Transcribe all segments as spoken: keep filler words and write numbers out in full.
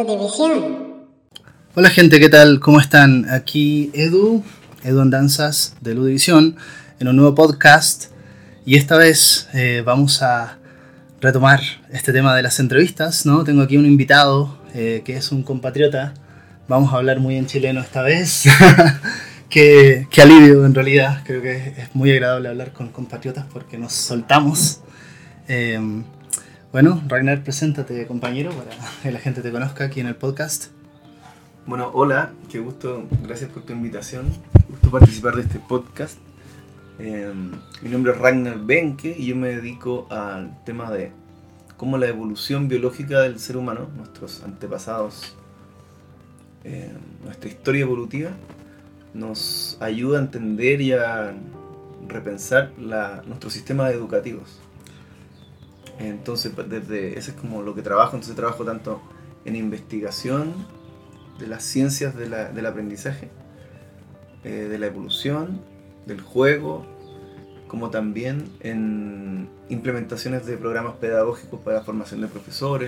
Ludivisión. Hola gente, ¿qué tal? ¿Cómo están? Aquí Edu, Edu Andanzas de Ludivisión, en un nuevo podcast. Y esta vez eh, vamos a retomar este tema de las entrevistas, ¿no? Tengo aquí un invitado eh, que es un compatriota. Vamos a hablar muy en chileno esta vez. qué, qué alivio en realidad. Creo que es, es muy agradable hablar con compatriotas porque nos soltamos. Eh, bueno, Ragnar, preséntate, compañero, para que la gente te conozca aquí en el podcast. Bueno, hola, qué gusto, gracias por tu invitación, qué gusto participar de este podcast. Eh, mi nombre es Ragnar Benke y yo me dedico al tema de cómo la evolución biológica del ser humano, nuestros antepasados, eh, nuestra historia evolutiva, nos ayuda a entender y a repensar la, nuestros sistemas educativos. Entonces, desde eso es como lo que trabajo, entonces trabajo tanto en investigación de las ciencias de la, del aprendizaje, eh, de la evolución, del juego, como también en implementaciones de programas pedagógicos para la formación de profesores,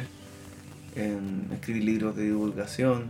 en escribir libros de divulgación,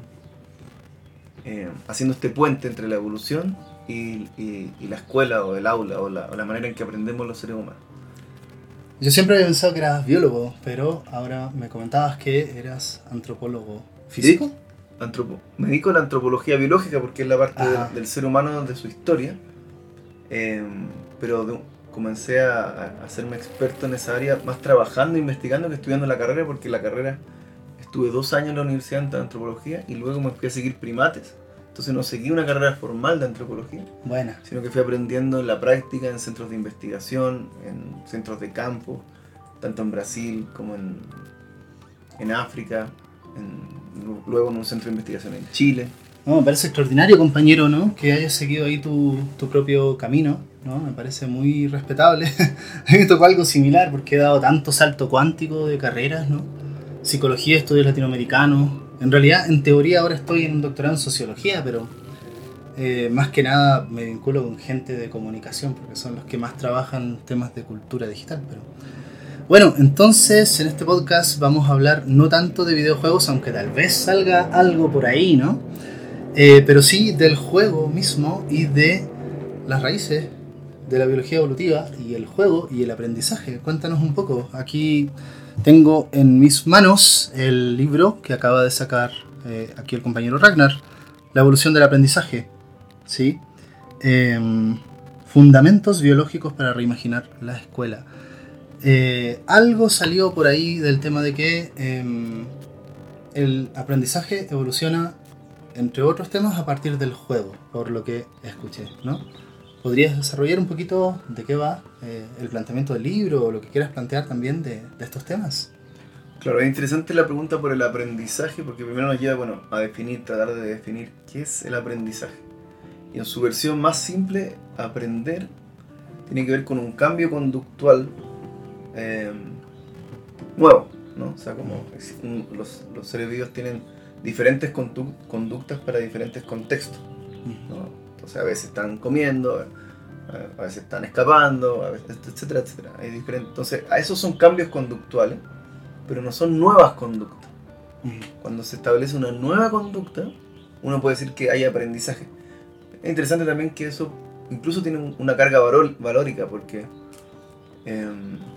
eh, haciendo este puente entre la evolución y, y, y la escuela o el aula o la, o la manera en que aprendemos los seres humanos. Yo siempre había pensado que eras biólogo, pero ahora me comentabas que eras antropólogo físico. Sí, antropo- me dedico a la antropología biológica porque es la parte del, del ser humano, de su historia, eh, pero de, comencé a, a hacerme experto en esa área, más trabajando, investigando que estudiando la carrera, porque la carrera estuve dos años en la universidad de antropología y luego me fui a seguir primates. Entonces no seguí una carrera formal de antropología, Buena. Sino que fui aprendiendo en la práctica, en centros de investigación, en centros de campo, tanto en Brasil como en, en África, en, luego en un centro de investigación en Chile. No, me parece extraordinario, compañero, ¿no? Que hayas seguido ahí tu, tu propio camino, ¿no? Me parece muy respetable. A mí me tocó algo similar porque he dado tanto salto cuántico de carreras, ¿no? Psicología, estudios latinoamericanos. En realidad, en teoría, ahora estoy en un doctorado en sociología, pero eh, más que nada me vinculo con gente de comunicación porque son los que más trabajan temas de cultura digital. Pero bueno, entonces en este podcast vamos a hablar no tanto de videojuegos, aunque tal vez salga algo por ahí, ¿no? Eh, pero sí del juego mismo y de las raíces de la biología evolutiva y el juego y el aprendizaje. Cuéntanos un poco. Aquí tengo en mis manos el libro que acaba de sacar eh, aquí el compañero Ragnar, La evolución del aprendizaje, ¿sí? Eh, Fundamentos biológicos para reimaginar la escuela. Eh, algo salió por ahí del tema de que eh, el aprendizaje evoluciona, entre otros temas, a partir del juego, por lo que escuché, ¿no? ¿Podrías desarrollar un poquito de qué va eh, el planteamiento del libro o lo que quieras plantear también de, de estos temas? Claro, es interesante la pregunta por el aprendizaje porque primero nos lleva, bueno, a definir, tratar de definir qué es el aprendizaje. Y en su versión más simple, aprender tiene que ver con un cambio conductual eh, nuevo, ¿no? O sea, como un, los, los seres vivos tienen diferentes condu- conductas para diferentes contextos, ¿no? Entonces a veces están comiendo, a veces están escapando, a veces, etcétera, etcétera. Hay diferentes. Entonces, a esos son cambios conductuales, pero no son nuevas conductas. Cuando se establece una nueva conducta, uno puede decir que hay aprendizaje. Es interesante también que eso incluso tiene una carga valor, valórica, porque eh,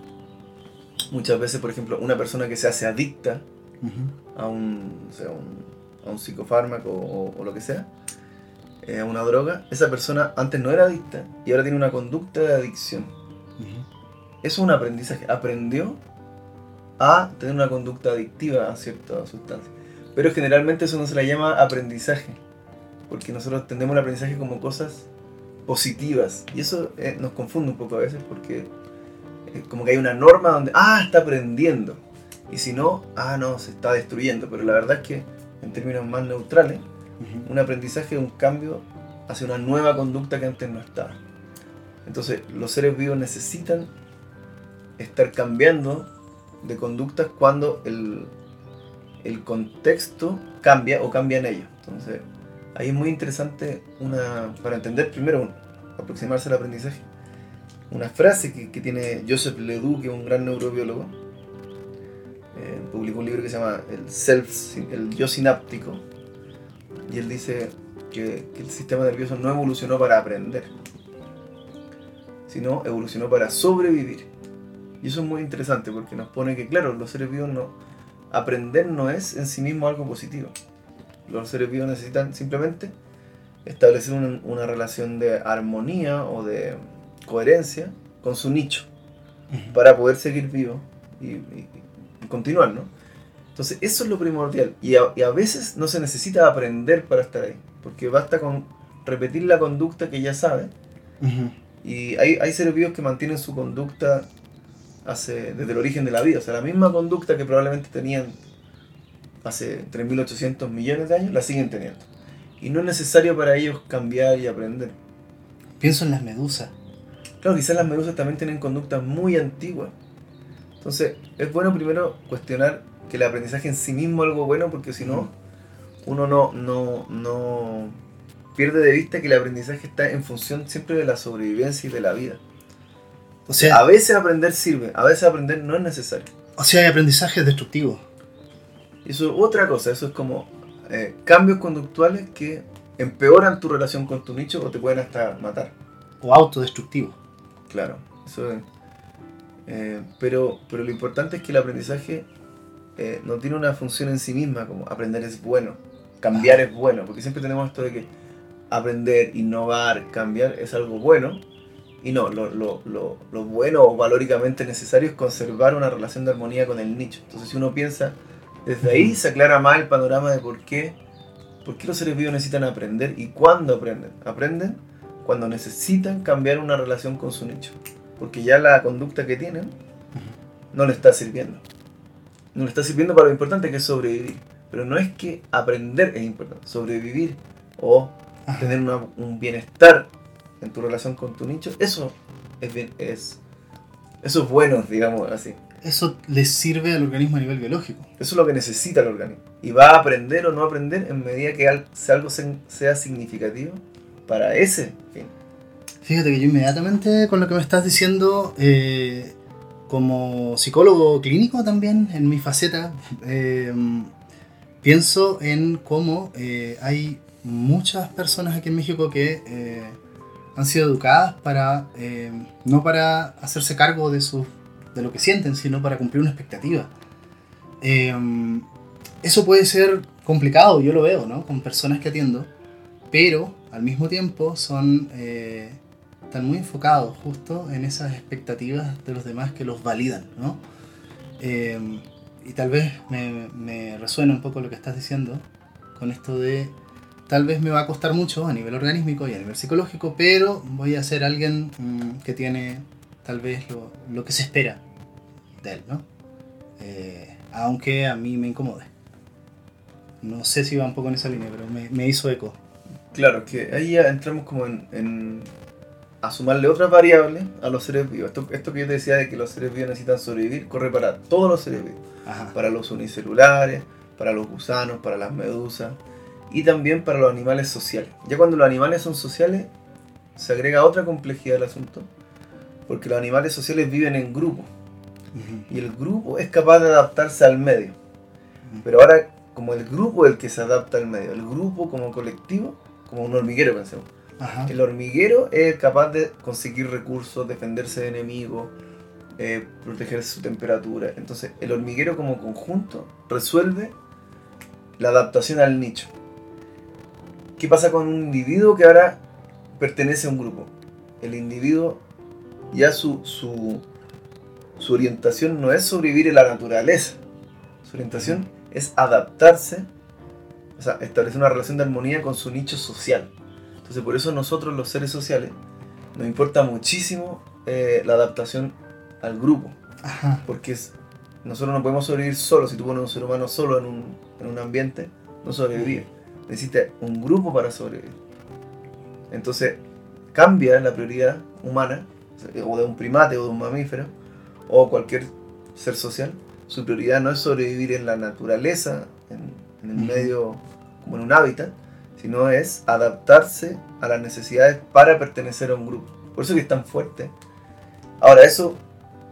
muchas veces, por ejemplo, una persona que se hace adicta uh-huh. a, un, o sea, un, a un psicofármaco o, o lo que sea, a una droga, esa persona antes no era adicta y ahora tiene una conducta de adicción. Uh-huh. Eso es un aprendizaje. Aprendió a tener una conducta adictiva a cierta sustancia. Pero generalmente eso no se le llama aprendizaje, porque nosotros entendemos el aprendizaje como cosas positivas. Y eso eh, nos confunde un poco a veces porque eh, como que hay una norma donde, ah, está aprendiendo. Y si no, ah, no, se está destruyendo. Pero la verdad es que en términos más neutrales, un aprendizaje es un cambio hacia una nueva conducta que antes no estaba. Entonces, los seres vivos necesitan estar cambiando de conductas cuando el, el contexto cambia o cambian ellos. Entonces, ahí es muy interesante una, para entender primero, aproximarse al aprendizaje, una frase que, que tiene Joseph Ledoux, que es un gran neurobiólogo, eh, publicó un libro que se llama El Self, el Yo Sináptico, y él dice que, que el sistema nervioso no evolucionó para aprender, sino evolucionó para sobrevivir. Y eso es muy interesante porque nos pone que, claro, los seres vivos no... aprender no es en sí mismo algo positivo. Los seres vivos necesitan simplemente establecer un, una relación de armonía o de coherencia con su nicho uh-huh. para poder seguir vivo y, y, y continuar, ¿no? Entonces eso es lo primordial. Y a, y a veces no se necesita aprender para estar ahí, porque basta con repetir la conducta que ya sabe. Uh-huh. Y hay, hay seres vivos que mantienen su conducta hace, desde el origen de la vida. O sea, la misma conducta que probablemente tenían hace tres mil ochocientos millones de años, la siguen teniendo. Y no es necesario para ellos cambiar y aprender. Pienso en las medusas. Claro, quizás las medusas también tienen conductas muy antiguas. Entonces, es bueno primero cuestionar que el aprendizaje en sí mismo es algo bueno, porque si no, uno no, no, no pierde de vista que el aprendizaje está en función siempre de la sobrevivencia y de la vida. O sea, a veces aprender sirve, a veces aprender no es necesario. O sea, hay aprendizaje destructivo. Eso es otra cosa, eso es como eh, cambios conductuales que empeoran tu relación con tu nicho o te pueden hasta matar. O autodestructivo. Claro, eso es. Eh, pero, pero lo importante es que el aprendizaje eh, no tiene una función en sí misma, como aprender es bueno, cambiar ah. es bueno, porque siempre tenemos esto de que aprender, innovar, cambiar es algo bueno, y no, lo, lo, lo, lo bueno o valóricamente necesario es conservar una relación de armonía con el nicho. Entonces si uno piensa, desde ahí se aclara más el panorama de por qué, por qué los seres vivos necesitan aprender y cuándo aprenden. Aprenden cuando necesitan cambiar una relación con su nicho, porque ya la conducta que tienen no le está sirviendo. No le está sirviendo para lo importante que es sobrevivir. Pero no es que aprender es importante, sobrevivir o Ajá. tener una, un bienestar en tu relación con tu nicho, eso es, bien, es, eso es bueno, digamos así. Eso le sirve al organismo a nivel biológico. Eso es lo que necesita el organismo. Y va a aprender o no aprender en medida que algo sea significativo para ese fin. Fíjate que yo inmediatamente con lo que me estás diciendo, eh, como psicólogo clínico también, en mi faceta, eh, pienso en cómo eh, hay muchas personas aquí en México que eh, han sido educadas para eh, no para hacerse cargo de, su, de lo que sienten, sino para cumplir una expectativa. Eh, eso puede ser complicado, yo lo veo, ¿no? Con personas que atiendo, pero al mismo tiempo son eh, están muy enfocados justo en esas expectativas de los demás que los validan, ¿no? Eh, y tal vez me, me resuena un poco lo que estás diciendo con esto de tal vez me va a costar mucho a nivel organísmico y a nivel psicológico, pero voy a ser alguien mmm, que tiene tal vez lo, lo que se espera de él, ¿no? Eh, aunque a mí me incomode. No sé si va un poco en esa línea, pero me, me hizo eco. Claro, que ahí ya entramos como en, en a sumarle otras variables a los seres vivos. Esto, esto que yo te decía de que los seres vivos necesitan sobrevivir, corre para todos los seres vivos. Ajá. Para los unicelulares, para los gusanos, para las medusas y también para los animales sociales. Ya cuando los animales son sociales, se agrega otra complejidad al asunto, porque los animales sociales viven en grupo. Uh-huh. Y el grupo es capaz de adaptarse al medio. Uh-huh. Pero ahora, como el grupo es el que se adapta al medio, el grupo como colectivo, como un hormiguero, pensemos. Ajá. El hormiguero es capaz de conseguir recursos, defenderse de enemigos, eh, proteger su temperatura. Entonces, el hormiguero como conjunto resuelve la adaptación al nicho. ¿Qué pasa con un individuo que ahora pertenece a un grupo? El individuo, ya su, su, su orientación no es sobrevivir en la naturaleza. Su orientación es adaptarse, o sea, establecer una relación de armonía con su nicho social. Entonces, por eso nosotros, los seres sociales, nos importa muchísimo eh, la adaptación al grupo. Ajá. Porque es, nosotros no podemos sobrevivir solos. Si tú pones un ser humano solo en un, en un ambiente, no sobreviviría. Necesita un grupo para sobrevivir. Entonces, cambia la prioridad humana, o de un primate o de un mamífero, o cualquier ser social. Su prioridad no es sobrevivir en la naturaleza, en, en el medio, como en un hábitat, sino es adaptarse a las necesidades para pertenecer a un grupo. Por eso que es tan fuerte. Ahora, eso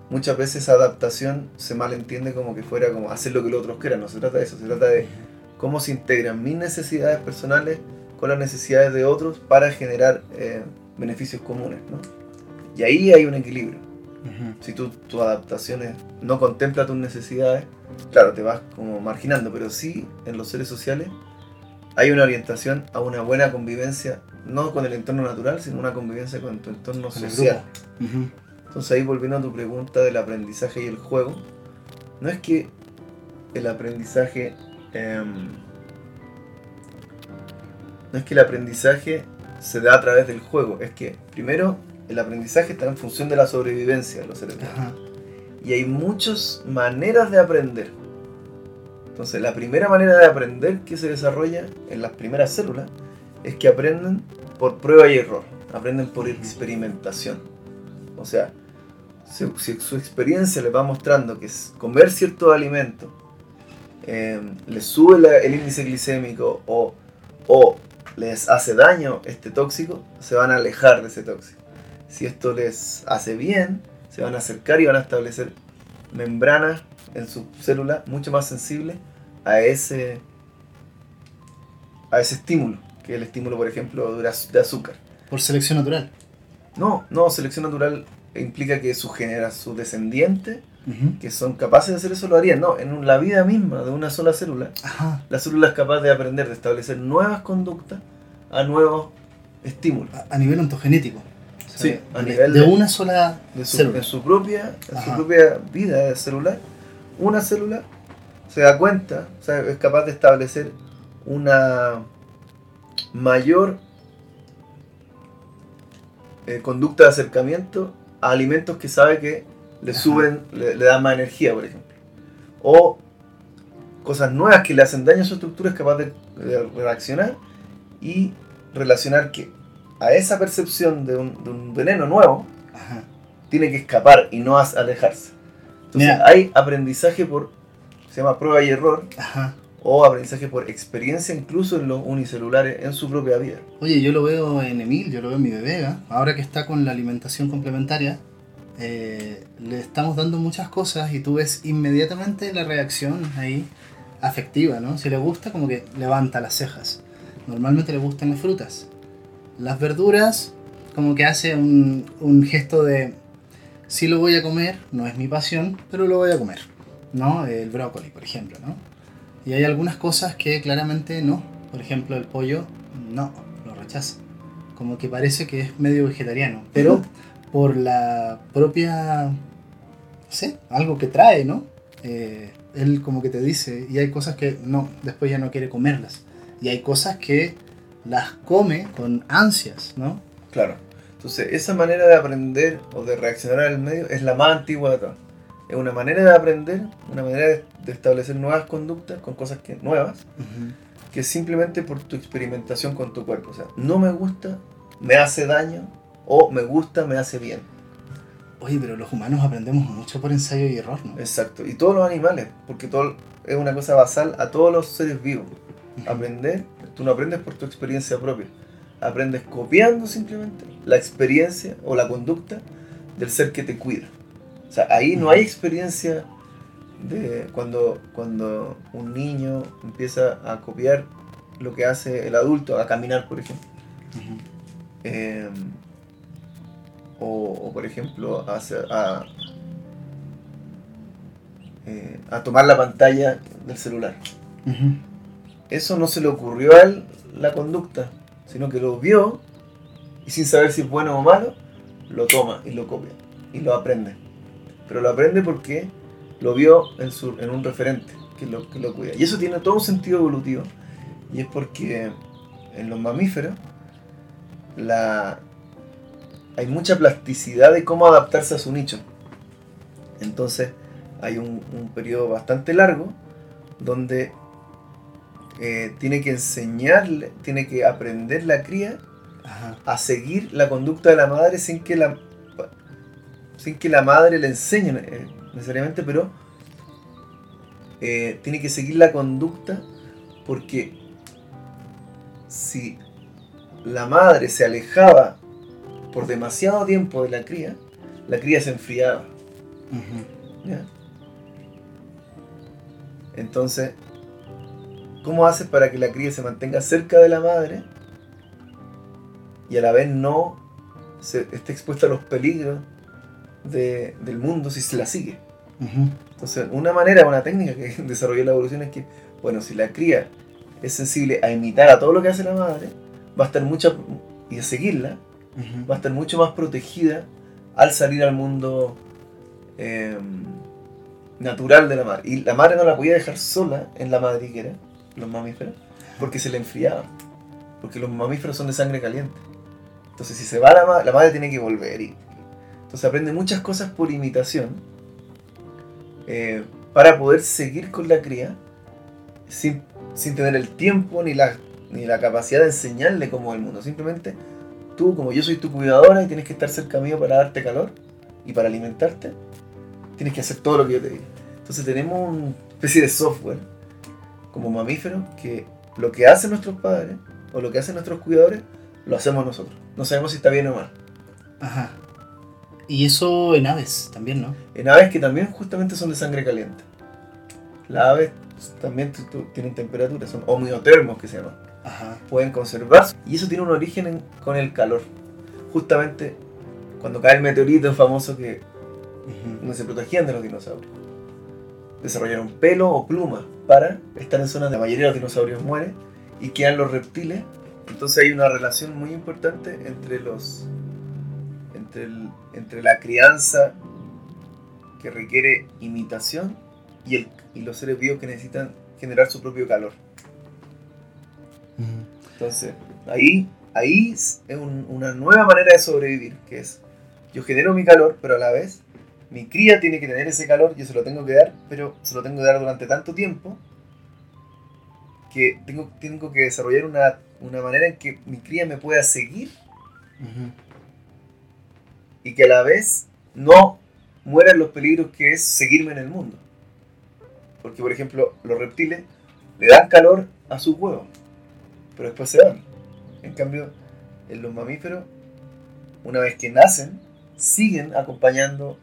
muchas veces esa adaptación se malentiende como que fuera como hacer lo que los otros quieran. No se trata de eso, se trata de cómo se integran mis necesidades personales con las necesidades de otros para generar eh, beneficios comunes, ¿no? Y ahí hay un equilibrio. Uh-huh. Si tú, tu adaptación es, no contempla tus necesidades, claro, te vas como marginando, pero sí en los seres sociales hay una orientación a una buena convivencia, no con el entorno natural, sino una convivencia con tu entorno con social. Uh-huh. Entonces ahí volviendo a tu pregunta del aprendizaje y el juego, no es que el aprendizaje eh, no es que el aprendizaje se da a través del juego, es que primero el aprendizaje está en función de la sobrevivencia de los seres humanos. Y hay muchas maneras de aprender. Entonces la primera manera de aprender que se desarrolla en las primeras células es que aprenden por prueba y error, aprenden por experimentación. O sea, si, si su experiencia les va mostrando que es comer ciertos alimentos eh, les sube la, el índice glicémico o, o les hace daño este tóxico, se van a alejar de ese tóxico. Si esto les hace bien, se van a acercar y van a establecer membranas en su célula mucho más sensibles a ese, a ese estímulo, que es el estímulo, por ejemplo, de azúcar. ¿Por selección natural? No, no, selección natural implica que su genera, sus descendientes, uh-huh. que son capaces de hacer eso, lo harían. No, en la vida misma de una sola célula, Ajá. la célula es capaz de aprender, de establecer nuevas conductas a nuevos estímulos. A, a nivel ontogenético. O sea, sí, a de, nivel de, de una sola de su, célula. En su propia, en su propia vida celular, una célula se da cuenta, o sea, es capaz de establecer una mayor eh, conducta de acercamiento a alimentos que sabe que le Ajá. suben, le, le dan más energía, por ejemplo. O cosas nuevas que le hacen daño a su estructura, es capaz de, de reaccionar y relacionar que a esa percepción de un, de un veneno nuevo Ajá. tiene que escapar y no alejarse. Entonces Mira. hay aprendizaje por, se llama prueba y error, Ajá. o aprendizaje por experiencia incluso en los unicelulares en su propia vida. Oye, yo lo veo en Emil, yo lo veo en mi bebé, ¿eh? Ahora que está con la alimentación complementaria, eh, le estamos dando muchas cosas y tú ves inmediatamente la reacción ahí afectiva, ¿no? Si le gusta, como que levanta las cejas. Normalmente le gustan las frutas. Las verduras, como que hace un, un gesto de sí lo voy a comer, no es mi pasión, pero lo voy a comer, ¿no? El brócoli, por ejemplo, ¿no? Y hay algunas cosas que claramente no. Por ejemplo, el pollo, no, lo rechaza. Como que parece que es medio vegetariano, pero por la propia, no sé, algo que trae, ¿no? Eh, él como que te dice, y hay cosas que no, después ya no quiere comerlas. Y hay cosas que las come con ansias, ¿no? Claro. Entonces, esa manera de aprender o de reaccionar al medio es la más antigua de todas. Es una manera de aprender, una manera de, de establecer nuevas conductas con cosas que, nuevas, uh-huh. que es simplemente por tu experimentación con tu cuerpo. O sea, no me gusta, me hace daño, o me gusta, me hace bien. Oye, pero los humanos aprendemos mucho por ensayo y error, ¿no? Exacto. Y todos los animales, porque todo es una cosa basal a todos los seres vivos. Uh-huh. Aprender, tú no aprendes por tu experiencia propia. Aprendes copiando simplemente la experiencia o la conducta del ser que te cuida. O sea, ahí no hay experiencia de cuando, cuando un niño empieza a copiar lo que hace el adulto, a caminar, por ejemplo. Uh-huh. Eh, o, o, por ejemplo, a, a, eh, a tomar la pantalla del celular. Uh-huh. Eso no se le ocurrió a él, la conducta, sino que lo vio y sin saber si es bueno o malo, lo toma y lo copia y lo aprende. Pero lo aprende porque lo vio en, su, en un referente que lo, que lo cuida. Y eso tiene todo un sentido evolutivo. Y es porque en los mamíferos la, hay mucha plasticidad de cómo adaptarse a su nicho. Entonces hay un, un periodo bastante largo donde eh, tiene que enseñarle, tiene que aprender la cría Ajá. a seguir la conducta de la madre sin que la sin que la madre le enseñe eh, necesariamente, pero eh, tiene que seguir la conducta porque si la madre se alejaba por demasiado tiempo de la cría, la cría se enfriaba. Ujú. ¿Ya? Entonces, ¿cómo haces para que la cría se mantenga cerca de la madre y a la vez no se esté expuesta a los peligros de, del mundo si se la sigue? Ujú. Entonces, una manera, una técnica que desarrolló la evolución es que, bueno, si la cría es sensible a imitar a todo lo que hace la madre, va a estar mucha, y a seguirla, Ujú. va a estar mucho más protegida al salir al mundo eh, natural de la madre. Y la madre no la podía dejar sola en la madriguera, los mamíferos, porque se le enfriaba. Porque los mamíferos son de sangre caliente. Entonces, si se va la madre, la madre tiene que volver. Y, entonces, aprende muchas cosas por imitación eh, para poder seguir con la cría sin, sin tener el tiempo ni la, ni la capacidad de enseñarle cómo es el mundo. Simplemente tú, como yo soy tu cuidadora y tienes que estar cerca mío para darte calor y para alimentarte, tienes que hacer todo lo que yo te diga. Entonces tenemos una especie de software como mamíferos que lo que hacen nuestros padres o lo que hacen nuestros cuidadores lo hacemos nosotros. No sabemos si está bien o mal. Ajá. Y eso en aves también, ¿no? En aves que también justamente son de sangre caliente. Las aves también t- t- tienen temperatura, son homeotermos que se llaman. Ajá. Pueden conservarse y eso tiene un origen en- con el calor. Justamente cuando cae el meteorito famoso que Ujú. donde se protegían de los dinosaurios. Desarrollaron pelo o plumas para estar en zonas donde la mayoría de los dinosaurios mueren y quedan los reptiles. Entonces hay una relación muy importante entre los entre, el, entre la crianza que requiere imitación y, el, y los seres vivos que necesitan generar su propio calor. Ujú. Entonces ahí, ahí es un, una nueva manera de sobrevivir, que es yo genero mi calor, pero a la vez mi cría tiene que tener ese calor, yo se lo tengo que dar, pero se lo tengo que dar durante tanto tiempo que tengo, tengo que desarrollar una, una manera en que mi cría me pueda seguir Ujú. y que a la vez no mueran los peligros que es seguirme en el mundo. Porque, por ejemplo, los reptiles le dan calor a sus huevos, pero después se van. En cambio, en los mamíferos, una vez que nacen, siguen acompañando,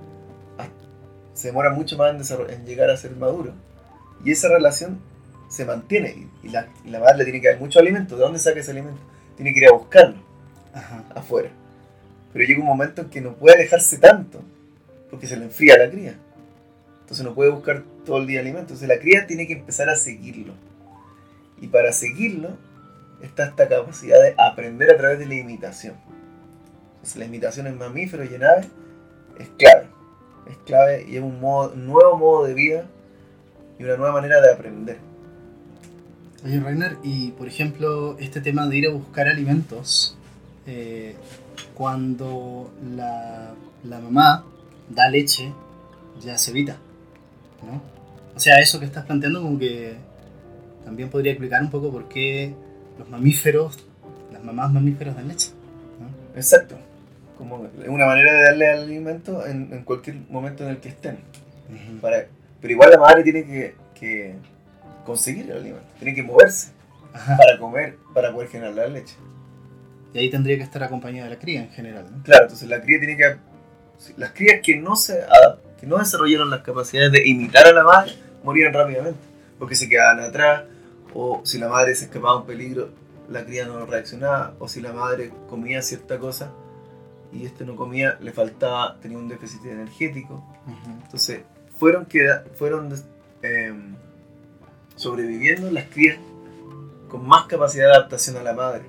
se demora mucho más en, desarroll- en llegar a ser maduro. Y esa relación se mantiene. Y la, y la madre le tiene que dar mucho alimento. ¿De dónde saca ese alimento? Tiene que ir a buscarlo Ajá. afuera. Pero llega un momento en que no puede alejarse tanto porque se le enfría la cría. Entonces no puede buscar todo el día alimento. Entonces la cría tiene que empezar a seguirlo. Y para seguirlo está esta capacidad de aprender a través de la imitación. Entonces la imitación en mamíferos y en aves es clave. Es clave y es un, modo, un nuevo modo de vida y una nueva manera de aprender. Oye, Rainer, y por ejemplo, este tema de ir a buscar alimentos, eh, cuando la, la mamá da leche, ya se evita, ¿no? O sea, eso que estás planteando como que también podría explicar un poco por qué los mamíferos, las mamás mamíferos dan leche, ¿no? Exacto. Como una manera de darle alimento en, en cualquier momento en el que estén. Ujú. Para, pero igual la madre tiene que, que conseguir el alimento, tiene que moverse Ajá. para comer, para poder generar la leche. Y ahí tendría que estar acompañada de la cría en general, ¿no? Claro, entonces la cría tiene que... Las crías que no, se, que no desarrollaron las capacidades de imitar a la madre, morían rápidamente, porque se quedaban atrás, o si la madre se escapaba a un peligro, la cría no reaccionaba, o si la madre comía cierta cosa y este no comía, le faltaba, tenía un déficit energético. Ujú. Entonces fueron, queda, fueron eh, sobreviviendo las crías con más capacidad de adaptación a la madre.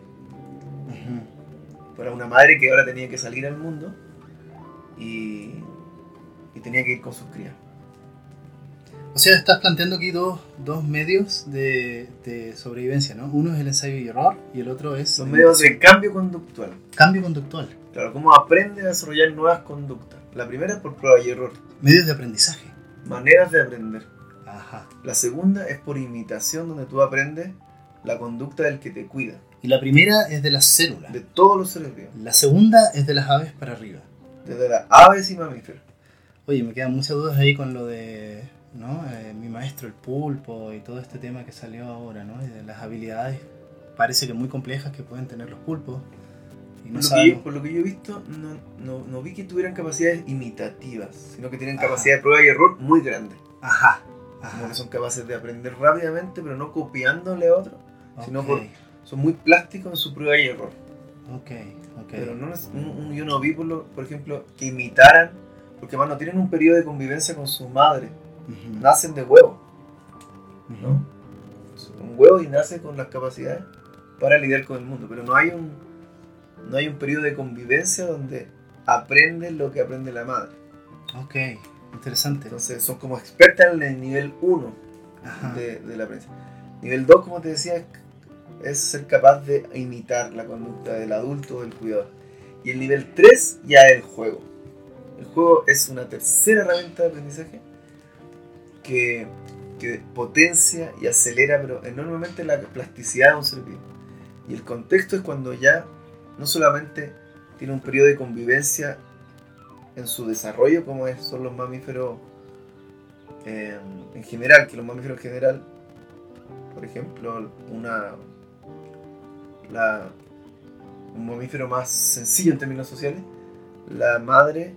Ujú. Para una madre que ahora tenía que salir al mundo y, y tenía que ir con sus crías. O sea, estás planteando aquí dos, dos medios de, de sobrevivencia, ¿no? Uno es el ensayo y error y el otro es Los la medios de imitación. cambio conductual. Cambio conductual. Claro, cómo aprende a desarrollar nuevas conductas. La primera es por prueba y error. Medios de aprendizaje. Maneras de aprender. Ajá. La segunda es por imitación, donde tú aprendes la conducta del que te cuida. Y la primera es de las células. De todos los seres vivos. La segunda es de las aves para arriba. Desde las aves y mamíferos. Oye, me quedan muchas dudas ahí con lo de, ¿no? Eh, mi maestro el pulpo y todo este tema que salió ahora, ¿no? Y de las habilidades, parece que muy complejas que pueden tener los pulpos. y no Por lo, que sabemos. yo, por lo que yo he visto, no, no, no vi que tuvieran capacidades imitativas, sino que tienen Ajá. capacidad de prueba y error muy grande. Ajá, Como ajá. que son capaces de aprender rápidamente, pero no copiándole a otro, sino Ok, por, son muy plásticos en su prueba y error. ok, ok. Pero no, es- un- un- yo no vi, por, lo- por ejemplo, que imitaran, porque más no tienen un periodo de convivencia con su madre, Ujú, nacen de huevo, ujú. ¿no? Un huevo y nace con las capacidades para lidiar con el mundo, pero no hay un, no hay un periodo de convivencia donde aprenden lo que aprende la madre. Ok, interesante. Entonces son como expertas en el nivel uno Ajá. de, de la aprendizaje. Nivel dos, como te decía, es, es ser capaz de imitar la conducta del adulto o del cuidador. Y el nivel tres ya es el juego. El juego es una tercera herramienta de aprendizaje que, que potencia y acelera pero enormemente la plasticidad de un ser vivo. Y el contexto es cuando ya no solamente tiene un periodo de convivencia en su desarrollo, como es, son los mamíferos eh, en general, que los mamíferos en general, por ejemplo, una la, un mamífero más sencillo en términos sociales, la madre,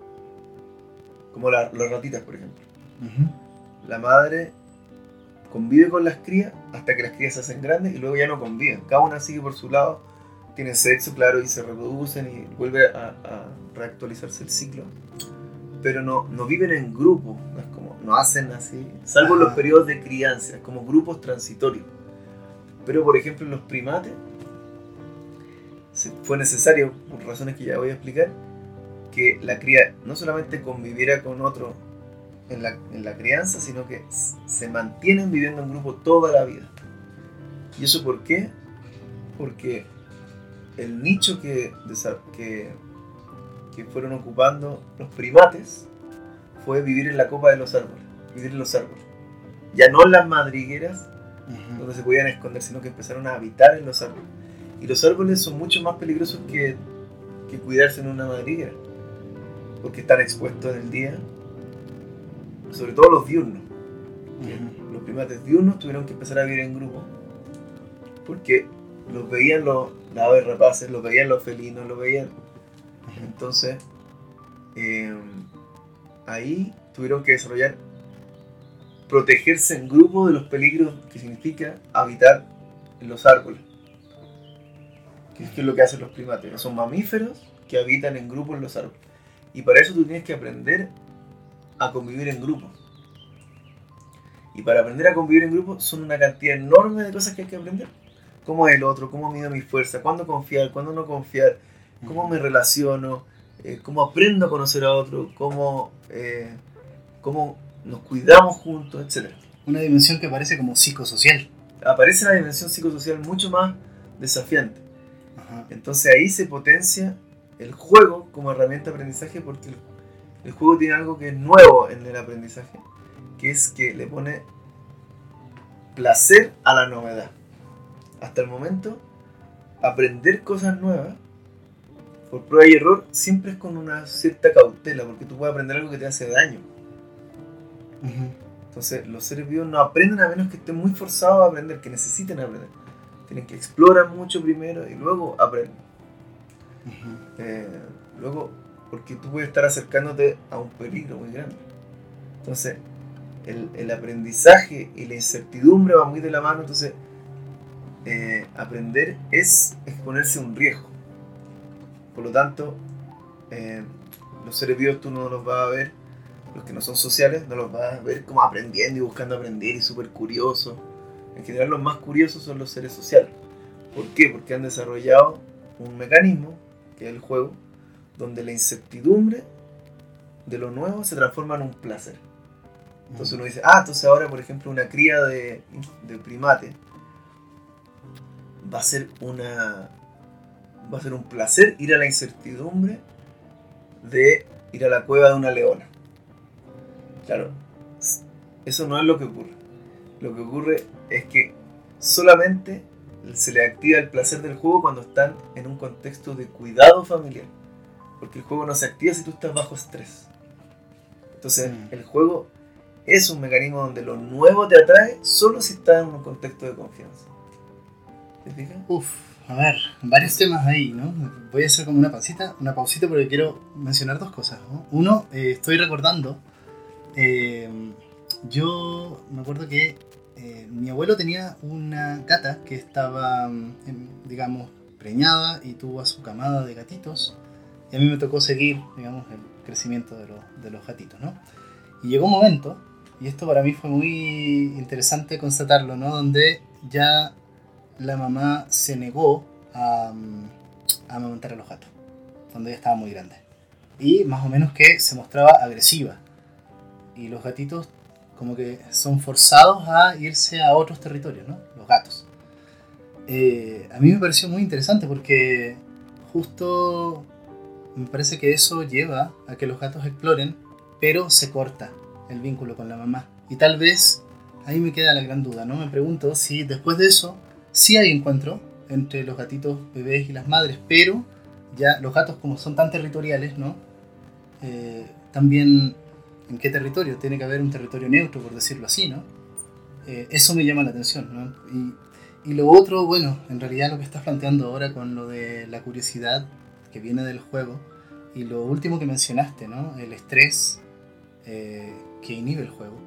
como la, las ratitas, por ejemplo, Ujú. la madre convive con las crías hasta que las crías se hacen grandes y luego ya no conviven. Cada una sigue por su lado, tienen sexo, claro, y se reproducen y vuelve a, a reactualizarse el ciclo. Pero no, no viven en grupo, no, es como, no hacen así, salvo en los Ajá. periodos de crianza, como grupos transitorios. Pero por ejemplo en los primates se- fue necesario, por razones que ya voy a explicar, que la cría no solamente conviviera con otro en la, en la crianza, sino que s- se mantienen viviendo en grupo toda la vida. ¿Y eso por qué? Porque el nicho que, desa- que, que fueron ocupando los primates fue vivir en la copa de los árboles, vivir en los árboles. Ya no en las madrigueras Ujú. donde se podían esconder, sino que empezaron a habitar en los árboles. Y los árboles son mucho más peligrosos que, que cuidarse en una madriguera, porque están expuestos en el día, sobre todo los diurnos. Que Ujú. los primates diurnos tuvieron que empezar a vivir en grupo, porque los veían los, las aves rapaces, los veían los felinos, los veían. Ujú. Entonces, eh, ahí tuvieron que desarrollar, protegerse en grupo de los peligros que significa habitar en los árboles. Que es lo que hacen los primates. Son mamíferos que habitan en grupo en los árboles. Y para eso tú tienes que aprender a convivir en grupo. Y para aprender a convivir en grupo son una cantidad enorme de cosas que hay que aprender. ¿Cómo es el otro? ¿Cómo mido mi fuerza? ¿Cuándo confiar? ¿Cuándo no confiar? ¿Cómo me relaciono? Eh, ¿Cómo aprendo a conocer a otro? ¿Cómo, eh, cómo nos cuidamos juntos? Etcétera. Una dimensión que parece como psicosocial. Aparece la dimensión psicosocial mucho más desafiante. Ajá. Entonces ahí se potencia el juego como herramienta de aprendizaje, porque el, el juego tiene algo que es nuevo en el aprendizaje, que es que le pone placer a la novedad. Hasta el momento, aprender cosas nuevas por prueba y error siempre es con una cierta cautela, porque tú puedes aprender algo que te hace daño. Ujú. Entonces los seres vivos no aprenden a menos que estén muy forzados a aprender, que necesiten aprender. Tienen que explorar mucho primero y luego aprenden. Ujú. Eh, luego, porque tú puedes estar acercándote a un peligro muy grande. Entonces, el, el aprendizaje y la incertidumbre van muy de la mano. Entonces, eh, aprender es exponerse a un riesgo. Por lo tanto, eh, los seres vivos tú no los vas a ver, los que no son sociales, no los vas a ver como aprendiendo y buscando aprender y súper curiosos. En general, los más curiosos son los seres sociales. ¿Por qué? Porque han desarrollado un mecanismo, que es el juego, donde la incertidumbre de lo nuevo se transforma en un placer. Entonces uno dice, ah, entonces ahora, por ejemplo, una cría de, de primate va a ser una va a ser un placer ir a la incertidumbre de ir a la cueva de una leona. Claro, eso no es lo que ocurre. Lo que ocurre es que solamente se le activa el placer del juego cuando están en un contexto de cuidado familiar. Porque el juego no se activa si tú estás bajo estrés. Entonces, Mm. el juego es un mecanismo donde lo nuevo te atrae solo si estás en un contexto de confianza. ¿Te fijas? Uf, a ver, varios temas ahí, ¿no? Voy a hacer como una pausita, una pausita porque quiero mencionar dos cosas, ¿no? Uno, eh, estoy recordando, eh, yo me acuerdo que eh, mi abuelo tenía una gata que estaba, mm, digamos, preñada y tuvo a su camada de gatitos. Y a mí me tocó seguir, digamos, el crecimiento de los, de los gatitos, ¿no? Y llegó un momento, y esto para mí fue muy interesante constatarlo, ¿no? Donde ya la mamá se negó a, a amamantar a los gatos, cuando ella estaba muy grande. Y más o menos que se mostraba agresiva. Y los gatitos como que son forzados a irse a otros territorios, ¿no? Los gatos. Eh, a mí me pareció muy interesante porque justo me parece que eso lleva a que los gatos exploren, pero se corta el vínculo con la mamá. Y tal vez ahí me queda la gran duda, ¿no? Me pregunto si después de eso sí hay encuentro entre los gatitos bebés y las madres, pero ya los gatos, como son tan territoriales, ¿no? Eh, también en qué territorio, tiene que haber un territorio neutro, por decirlo así, ¿no? Eh, eso me llama la atención, ¿no? Y, y lo otro, bueno, en realidad lo que estás planteando ahora con lo de la curiosidad que viene del juego, y lo último que mencionaste, ¿no? El estrés eh, que inhibe el juego.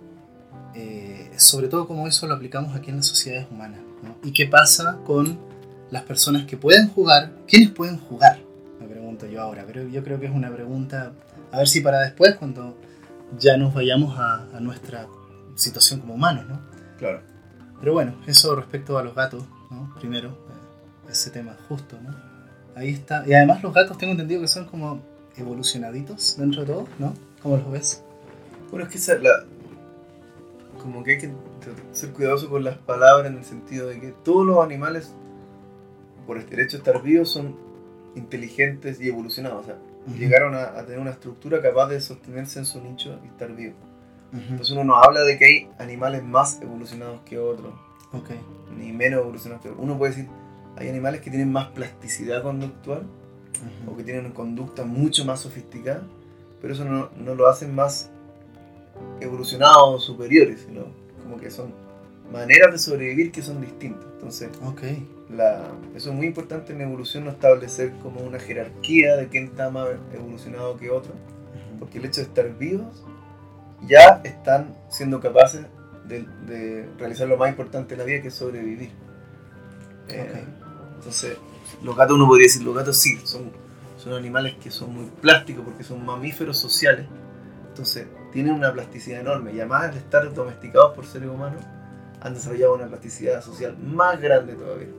Eh, sobre todo como eso lo aplicamos aquí en las sociedades humanas, ¿no? Y qué pasa con las personas que pueden jugar. ¿Quiénes pueden jugar? Me pregunto yo ahora, pero yo creo que es una pregunta, a ver si para después, cuando ya nos vayamos a, a nuestra situación como humanos, ¿no? Claro. Pero bueno, eso respecto a los gatos, ¿no? Primero, eh, ese tema justo, ¿no? Ahí está. Y además los gatos tengo entendido que son como evolucionaditos dentro de todo, ¿no? ¿Cómo los ves? Bueno, es que esa, la, como que hay que ser cuidadoso con las palabras en el sentido de que todos los animales, por el derecho de estar vivos, son inteligentes y evolucionados. O sea, uh-huh. llegaron a, a tener una estructura capaz de sostenerse en su nicho y estar vivos. Uh-huh. Entonces uno no habla de que hay animales más evolucionados que otros, okay. ni menos evolucionados que otros. Uno puede decir, hay animales que tienen más plasticidad conductual, uh-huh. o que tienen una conducta mucho más sofisticada, pero eso no, no lo hacen más evolucionados o superiores, sino como que son maneras de sobrevivir que son distintas. Entonces, okay. la, eso es muy importante en la evolución, no establecer como una jerarquía de quién está más evolucionado que otro, uh-huh. porque el hecho de estar vivos ya están siendo capaces de, de realizar lo más importante de la vida, que es sobrevivir. Okay. Eh, entonces, los gatos, uno podría decir, los gatos sí, son, son animales que son muy plásticos porque son mamíferos sociales, entonces tienen una plasticidad enorme, y además de estar domesticados por seres humanos, han desarrollado una plasticidad social más grande todavía.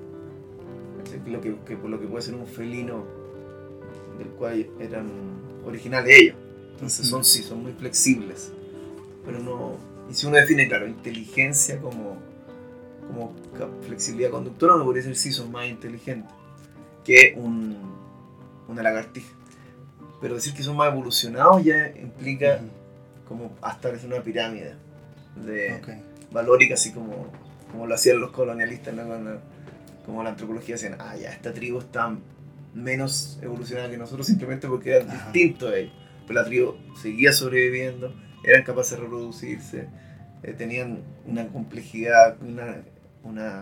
Lo que, que, por lo que puede ser un felino del cual eran originales ellos. Entonces son, sí, son muy flexibles. Pero no. Y si uno define, claro, inteligencia como, como flexibilidad conductora, uno podría decir sí, son más inteligentes que un, una lagartija. Pero decir que son más evolucionados ya implica uh-huh. como hasta es una pirámide de okay. valórica, así como, como lo hacían los colonialistas, ¿no? Cuando, como la antropología decían, ah, ya, esta tribu está menos evolucionada que nosotros simplemente porque eran uh-huh. distintos a ellos. Pero la tribu seguía sobreviviendo, eran capaces de reproducirse, eh, tenían una complejidad, una, una,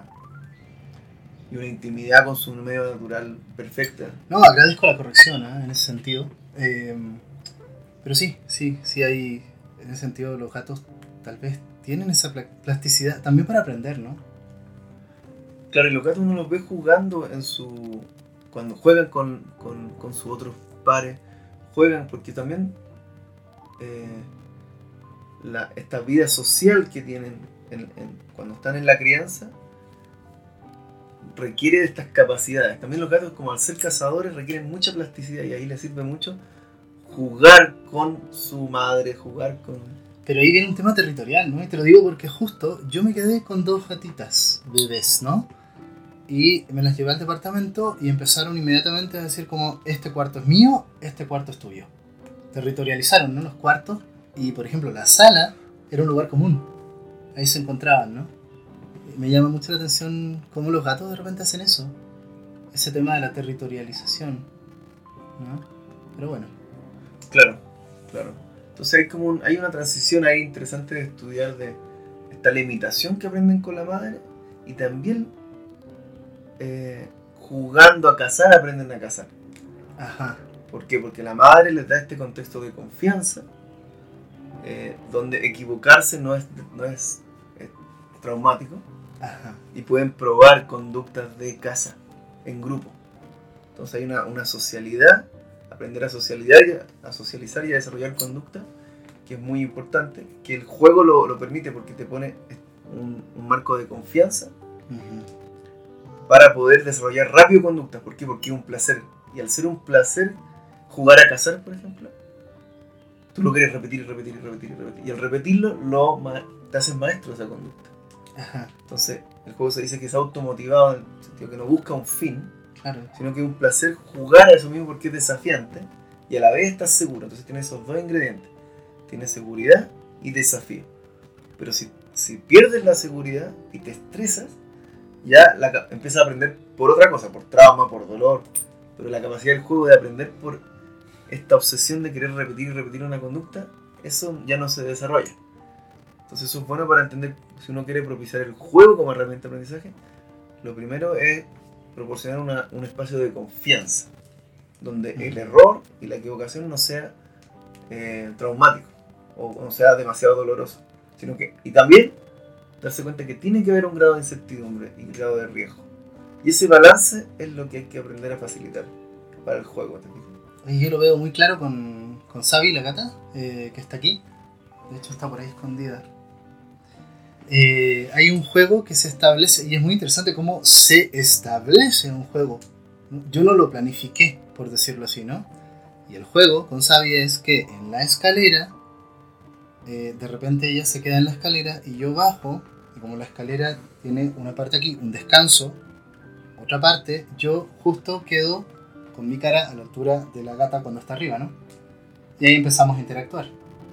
y una intimidad con su medio natural perfecta. No, agradezco la corrección, ¿eh? En ese sentido. Eh, pero sí, sí, sí hay, en ese sentido los gatos tal vez tienen esa plasticidad también para aprender, ¿no? Claro, y los gatos uno los ve jugando en su... cuando juegan con, con, con sus otros pares, juegan porque también eh, la, esta vida social que tienen en, en, cuando están en la crianza requiere de estas capacidades. También los gatos, como al ser cazadores, requieren mucha plasticidad, y ahí les sirve mucho jugar con su madre, jugar con... Pero ahí viene un tema territorial, ¿no? Y te lo digo porque justo yo me quedé con dos gatitas bebés, ¿no? Y me las llevé al departamento y empezaron inmediatamente a decir como, este cuarto es mío, este cuarto es tuyo. Territorializaron, ¿no? Los cuartos. Y por ejemplo la sala era un lugar común. Ahí se encontraban, ¿no? Me llama mucho la atención cómo los gatos de repente hacen eso. Ese tema de la territorialización, ¿no? Pero bueno. Claro, claro. Entonces hay como un, hay una transición ahí interesante de estudiar de esta limitación que aprenden con la madre, y también eh, jugando a cazar aprenden a cazar. Ajá. ¿Por qué? Porque la madre les da este contexto de confianza, eh, donde equivocarse no es, no es, es traumático. Ajá. Y pueden probar conductas de caza en grupo. Entonces hay una, una socialidad, aprender a socializar, a socializar y a desarrollar conducta, que es muy importante, que el juego lo, lo permite porque te pone un, un marco de confianza uh-huh. para poder desarrollar rápido conducta. ¿Por qué? Porque es un placer. Y al ser un placer, jugar a cazar, por ejemplo, tú lo quieres repetir y repetir y repetir y repetir. Y al repetirlo, lo, te haces maestro de esa conducta. Ajá. Entonces, el juego se dice que es automotivado en el sentido que no busca un fin, claro. sino que es un placer jugar a eso mismo porque es desafiante y a la vez estás seguro. Entonces tiene esos dos ingredientes. Tiene seguridad y desafío. Pero si, si pierdes la seguridad y te estresas, ya la, empiezas a aprender por otra cosa, por trauma, por dolor. Pero la capacidad del juego de aprender por esta obsesión de querer repetir y repetir una conducta, eso ya no se desarrolla. Entonces eso es bueno para entender, si uno quiere propiciar el juego como herramienta de aprendizaje, lo primero es proporcionar una, un espacio de confianza, donde uh-huh. el error y la equivocación no sea eh, traumático, o no sea demasiado doloroso, sino que, y también darse cuenta que tiene que haber un grado de incertidumbre y un grado de riesgo. Y ese balance es lo que hay que aprender a facilitar para el juego. Y yo lo veo muy claro con, con Sabi, la gata, eh, que está aquí. De hecho está por ahí escondida. Eh, hay un juego que se establece, y es muy interesante cómo se establece un juego. Yo no lo planifiqué, por decirlo así, ¿no? Y el juego con Sabi es que en la escalera, eh, de repente ella se queda en la escalera y yo bajo, y como la escalera tiene una parte aquí, un descanso, otra parte, yo justo quedo con mi cara a la altura de la gata cuando está arriba, ¿no? Y ahí empezamos a interactuar.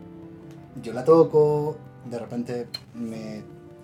Yo la toco, de repente me,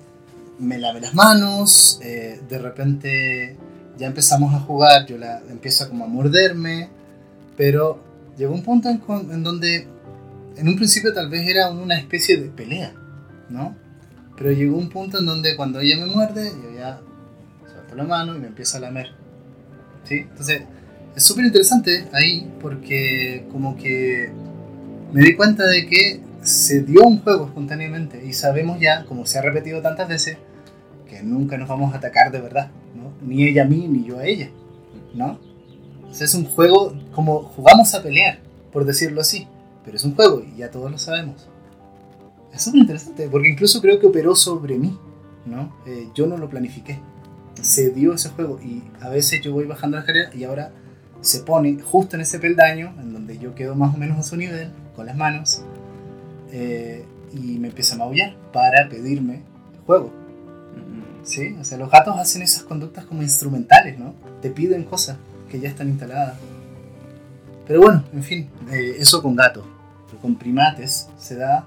me lave las manos, eh, de repente ya empezamos a jugar, yo la empiezo como a morderme, pero llegó un punto en, en donde en un principio tal vez era una especie de pelea, ¿no? Pero llegó un punto en donde cuando ella me muerde, yo ya suelto la mano y me empiezo a lamer, ¿sí? Entonces es súper interesante ahí porque como que me di cuenta de que se dio un juego espontáneamente y sabemos ya, como se ha repetido tantas veces, que nunca nos vamos a atacar de verdad, ¿no? Ni ella a mí, ni yo a ella, ¿no? O sea, es un juego como jugamos a pelear, por decirlo así, pero es un juego y ya todos lo sabemos. Es súper interesante, porque incluso creo que operó sobre mí, ¿no? Eh, yo no lo planifiqué, se dio ese juego y a veces yo voy bajando la escalera y ahora se pone justo en ese peldaño, en donde yo quedo más o menos a su nivel, con las manos, Eh, y me empieza a maullar para pedirme juego. ¿Sí? O sea, los gatos hacen esas conductas como instrumentales, ¿no? Te piden cosas que ya están instaladas. Pero bueno, en fin, eh, eso con gatos. Pero con primates se da.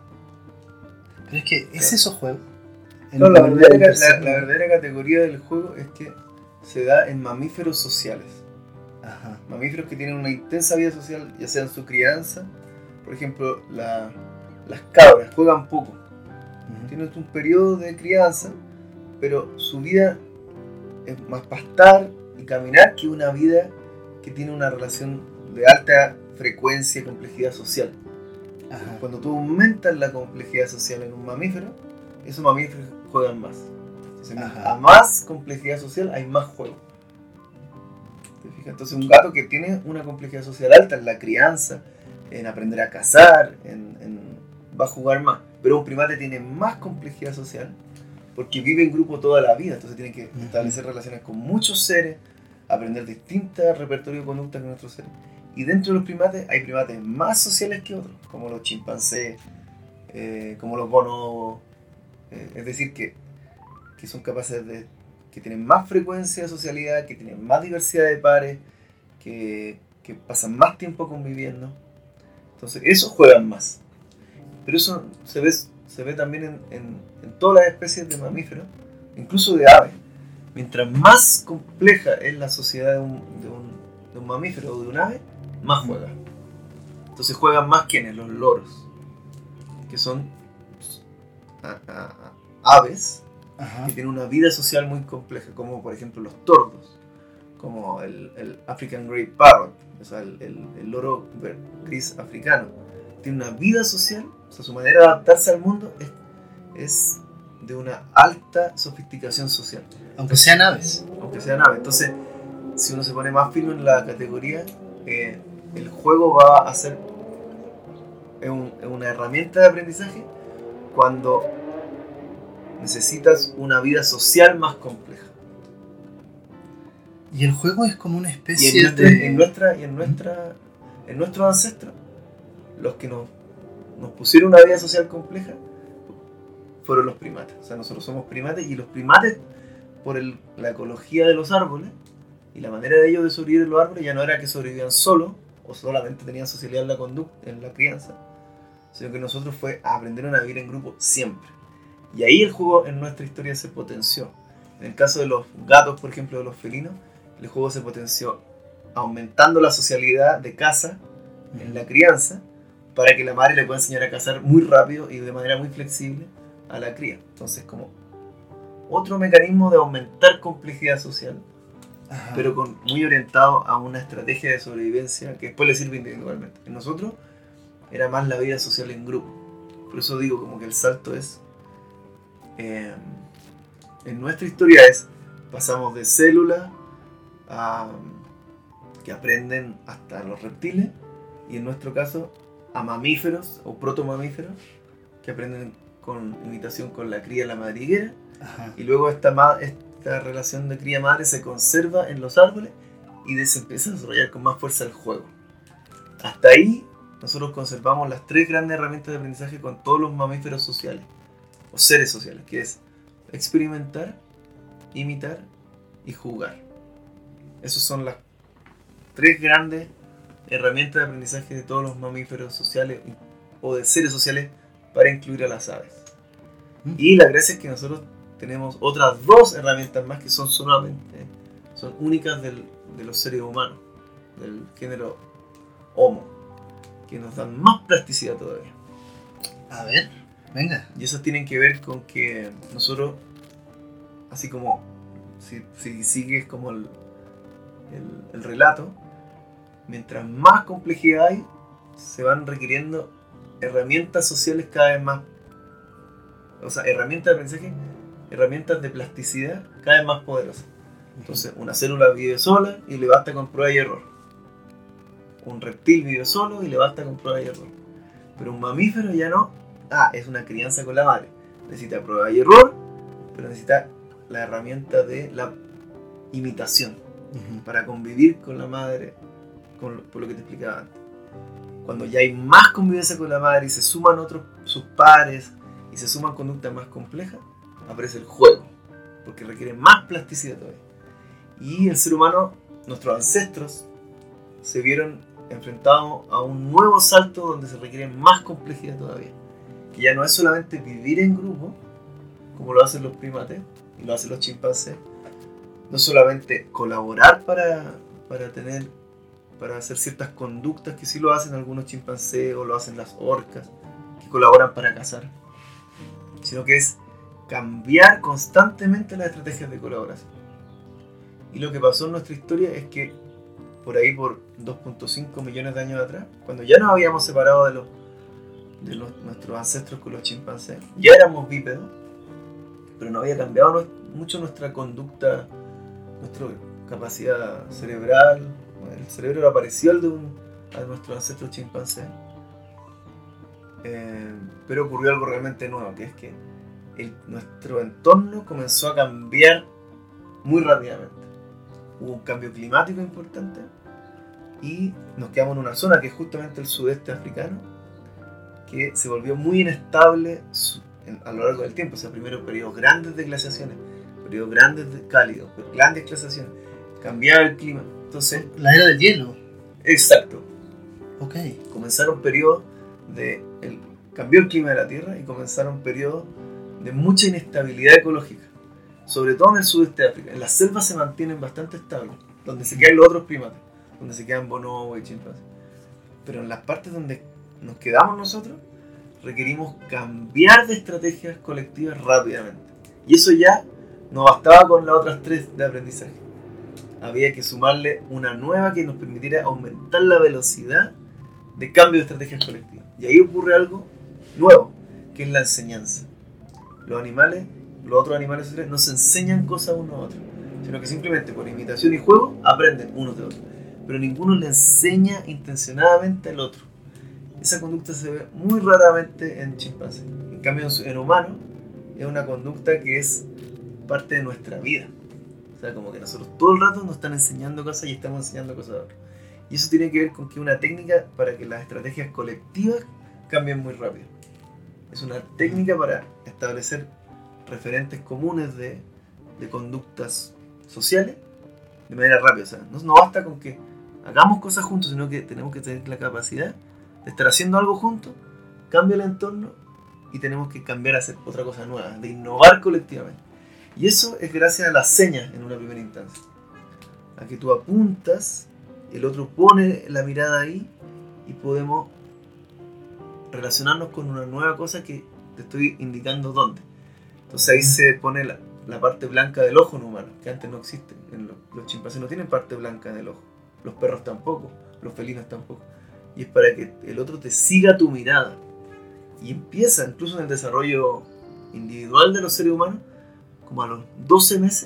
Pero es que es esos juegos. No, la verdadera, la, la verdadera categoría del juego es que se da en mamíferos sociales. Ajá. Mamíferos que tienen una intensa vida social, ya sea en su crianza. Por ejemplo, la las cabras juegan poco, uh-huh. tienen un periodo de crianza, pero su vida es más pastar y caminar que una vida que tiene una relación de alta frecuencia y complejidad social. Uh-huh. Cuando tú aumentas la complejidad social en un mamífero, esos mamíferos juegan más. Entonces, uh-huh. a más complejidad social hay más juego. ¿Te fijas? Entonces un gato que tiene una complejidad social alta en la crianza, en aprender a cazar, en, en va a jugar más, pero un primate tiene más complejidad social porque vive en grupo toda la vida, entonces tiene que establecer relaciones con muchos seres, aprender distintos repertorios de conducta con nuestros seres, y dentro de los primates hay primates más sociales que otros, como los chimpancés, eh, como los bonobos, eh, es decir que, que son capaces de, que tienen más frecuencia de socialidad, que tienen más diversidad de pares, que, que pasan más tiempo conviviendo, entonces esos juegan más. Pero eso se ve, se ve también en, en, en todas las especies de mamíferos, incluso de aves. Mientras más compleja es la sociedad de un, de un, de un mamífero o de un ave, más juega. Entonces juegan más quienes, los loros, que son a, a, a, aves Ajá. que tienen una vida social muy compleja, como por ejemplo los tordos. como el, el African Grey Parrot, o sea, el, el, el loro gris africano, tiene una vida social, o sea, su manera de adaptarse al mundo es, es de una alta sofisticación social. Aunque sean aves. Aunque sean aves. Entonces, si uno se pone más fino en la categoría, eh, el juego va a ser es un, es una herramienta de aprendizaje cuando necesitas una vida social más compleja. Y el juego es como una especie y en nuestra, de... En nuestra, y en, nuestra, en nuestros ancestros, los que nos, nos pusieron una vida social compleja, fueron los primates. O sea, nosotros somos primates y los primates, por el, la ecología de los árboles y la manera de ellos de sobrevivir en los árboles, ya no era que sobrevivían solos o solamente tenían socialidad en la conducta, en la crianza, sino que nosotros fue a aprender a vivir en grupo siempre. Y ahí el juego en nuestra historia se potenció. En el caso de los gatos, por ejemplo, de los felinos, el juego se potenció aumentando la socialidad de caza en la crianza para que la madre le pueda enseñar a cazar muy rápido y de manera muy flexible a la cría. Entonces, como otro mecanismo de aumentar complejidad social, Ajá. pero con, muy orientado a una estrategia de sobrevivencia que después le sirve individualmente. En nosotros era más la vida social en grupo. Por eso digo como que el salto es... Eh, en nuestra historia es, pasamos de células a, que aprenden hasta los reptiles, y en nuestro caso a mamíferos o protomamíferos que aprenden con imitación con la cría en la madriguera. Ajá. Y luego esta, esta relación de cría-madre se conserva en los árboles y se empieza a desarrollar con más fuerza el juego. Hasta ahí nosotros conservamos las tres grandes herramientas de aprendizaje con todos los mamíferos sociales o seres sociales, que es experimentar, imitar y jugar. Esas son las tres grandes herramientas de aprendizaje de todos los mamíferos sociales o de seres sociales para incluir a las aves. Mm. Y la gracia es que nosotros tenemos otras dos herramientas más que son solamente, son únicas del, de los seres humanos, del género Homo, que nos dan más plasticidad todavía. A ver, venga. Y esas tienen que ver con que nosotros, así como si, si sigues como el, el, el relato, mientras más complejidad hay, se van requiriendo herramientas sociales cada vez más, o sea, herramientas de aprendizaje, herramientas de plasticidad cada vez más poderosas. Entonces, una célula vive sola y le basta con prueba y error. Un reptil vive solo y le basta con prueba y error. Pero un mamífero ya no. Ah, es una crianza con la madre. Necesita prueba y error, pero necesita la herramienta de la imitación uh-huh. para convivir con la madre, con, por lo que te explicaba antes. Cuando ya hay más convivencia con la madre y se suman otros sus pares y se suman conductas más complejas, aparece el juego, porque requiere más plasticidad todavía. Y el ser humano, nuestros ancestros, se vieron enfrentados a un nuevo salto donde se requiere más complejidad todavía. Que ya no es solamente vivir en grupo, como lo hacen los primates y lo hacen los chimpancés. No solamente colaborar para, para tener, para hacer ciertas conductas que sí lo hacen algunos chimpancés o lo hacen las orcas, que colaboran para cazar. Sino que es cambiar constantemente las estrategias de colaboración. Y lo que pasó en nuestra historia es que por ahí por dos punto cinco millones de años atrás, cuando ya nos habíamos separado de, los, de los, nuestros ancestros con los chimpancés, ya éramos bípedos, pero no había cambiado mucho nuestra conducta, nuestra capacidad cerebral. El cerebro era parecido al de, un, a nuestros ancestros chimpancés. Eh, pero ocurrió algo realmente nuevo, que es que el, nuestro entorno comenzó a cambiar muy rápidamente. Hubo un cambio climático importante y nos quedamos en una zona que es justamente el sudeste africano, que se volvió muy inestable a lo largo del tiempo. O sea, primero periodos grandes de glaciaciones, periodos grandes de cálidos, grandes glaciaciones, cambiaba el clima. Entonces, la era del hielo. Exacto. Ok. Comenzaron periodos de... El, cambió el clima de la Tierra y comenzaron periodos de mucha inestabilidad ecológica. Sobre todo en el sudeste de África. En las selvas se mantienen bastante estables, donde se quedan los otros primates, donde se quedan bonobos y chimpancés. Pero en las partes donde nos quedamos nosotros, requerimos cambiar de estrategias colectivas rápidamente. Y eso ya no bastaba con las otras tres de aprendizaje. había que sumarle una nueva que nos permitiera aumentar la velocidad de cambio de estrategias colectivas. Y ahí ocurre algo nuevo, que es la enseñanza. Los animales, los otros animales sociales, no se enseñan cosas uno a otro, sino que simplemente por imitación y juego aprenden unos de otros. Pero ninguno le enseña intencionadamente al otro. Esa conducta se ve muy raramente en chimpancés. En cambio, en humanos es una conducta que es parte de nuestra vida. O sea, como que nosotros todo el rato nos están enseñando cosas y estamos enseñando cosas a otros. Y eso tiene que ver con que una técnica para que las estrategias colectivas cambien muy rápido. Es una técnica para establecer referentes comunes de, de conductas sociales de manera rápida. O sea, no, no basta con que hagamos cosas juntos, sino que tenemos que tener la capacidad de estar haciendo algo juntos, cambia el entorno y tenemos que cambiar a hacer otra cosa nueva, de innovar colectivamente. Y eso es gracias a las señas en una primera instancia. A que tú apuntas, el otro pone la mirada ahí y podemos relacionarnos con una nueva cosa que te estoy indicando dónde. Entonces ahí se pone la, la parte blanca del ojo en humano, que antes no existe. En los, los chimpancés no tienen parte blanca del ojo, los perros tampoco, los felinos tampoco. Y es para que el otro te siga tu mirada. Y empieza, incluso en el desarrollo individual de los seres humanos, como a los doce meses,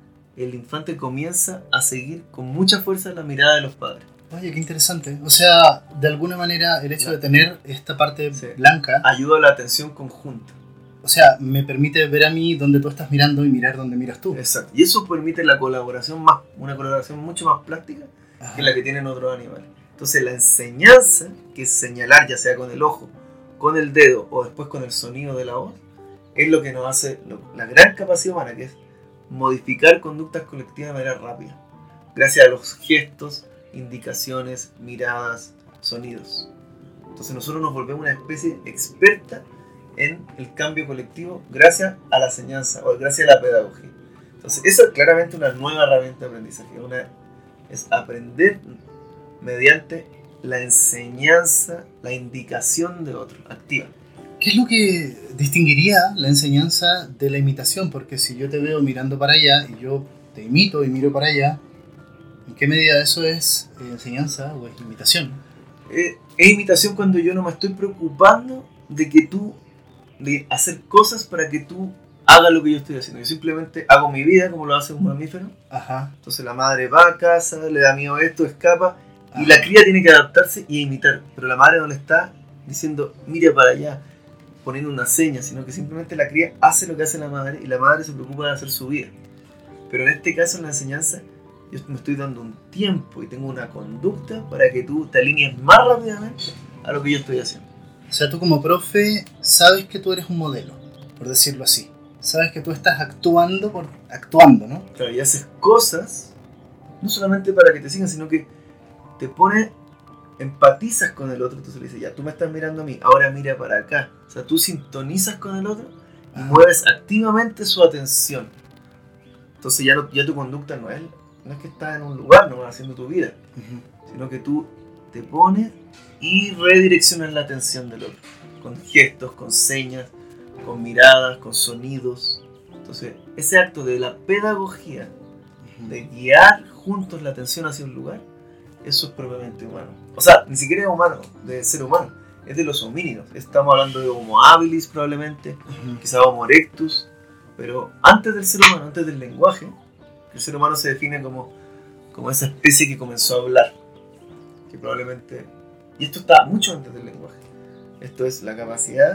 el infante comienza a seguir con mucha fuerza la mirada de los padres. Oye, qué interesante. O sea, de alguna manera el hecho de tener esta parte sí. blanca ayuda a la atención conjunta. O sea, me permite ver a mí donde tú estás mirando y mirar donde miras tú. Exacto. Y eso permite la colaboración más, una colaboración mucho más plástica Ajá. que la que tienen otros animales. Entonces la enseñanza, que es señalar ya sea con el ojo, con el dedo o después con el sonido de la voz, es lo que nos hace lo, la gran capacidad humana, que es modificar conductas colectivas de manera rápida, gracias a los gestos, indicaciones, miradas, sonidos. Entonces nosotros nos volvemos una especie experta en el cambio colectivo gracias a la enseñanza o gracias a la pedagogía. Entonces esa es claramente una nueva herramienta de aprendizaje, una, es aprender mediante la enseñanza, la indicación de otro, activa. ¿Qué es lo que distinguiría la enseñanza de la imitación? Porque si yo te veo mirando para allá y yo te imito y miro para allá, ¿en qué medida eso es eh, enseñanza o es imitación? Eh, es imitación cuando yo no me estoy preocupando de que tú, de hacer cosas para que tú hagas lo que yo estoy haciendo. Yo simplemente hago mi vida como lo hace un mamífero. Ajá. Entonces la madre va a casa, le da miedo esto, escapa. Ajá. Y la cría tiene que adaptarse y imitar. Pero la madre no le está diciendo, mira para allá, poniendo una seña, sino que simplemente la cría hace lo que hace la madre y la madre se preocupa de hacer su vida. Pero en este caso, en la enseñanza, yo me estoy dando un tiempo y tengo una conducta para que tú te alinees más rápidamente a lo que yo estoy haciendo. O sea, tú como profe sabes que tú eres un modelo, por decirlo así. Sabes que tú estás actuando por actuando, ¿no? Claro, y haces cosas no solamente para que te sigan, sino que te pones, empatizas con el otro. Entonces le dices, ya, tú me estás mirando a mí, ahora mira para acá. O sea, tú sintonizas con el otro y Ajá. mueves activamente su atención. Entonces ya, no, ya tu conducta no es, no es que estás en un lugar, no vas haciendo tu vida, uh-huh. sino que tú te pones y redireccionas la atención del otro, con gestos, con señas, con miradas, con sonidos. Entonces, ese acto de la pedagogía, uh-huh. de guiar juntos la atención hacia un lugar, eso es propiamente humano. O sea, ni siquiera es humano, de ser humano, es de los homínidos. Estamos hablando de Homo habilis probablemente, uh-huh. quizá Homo erectus, pero antes del ser humano, antes del lenguaje, el ser humano se define como, como esa especie que comenzó a hablar, que probablemente, y esto está mucho antes del lenguaje, esto es la capacidad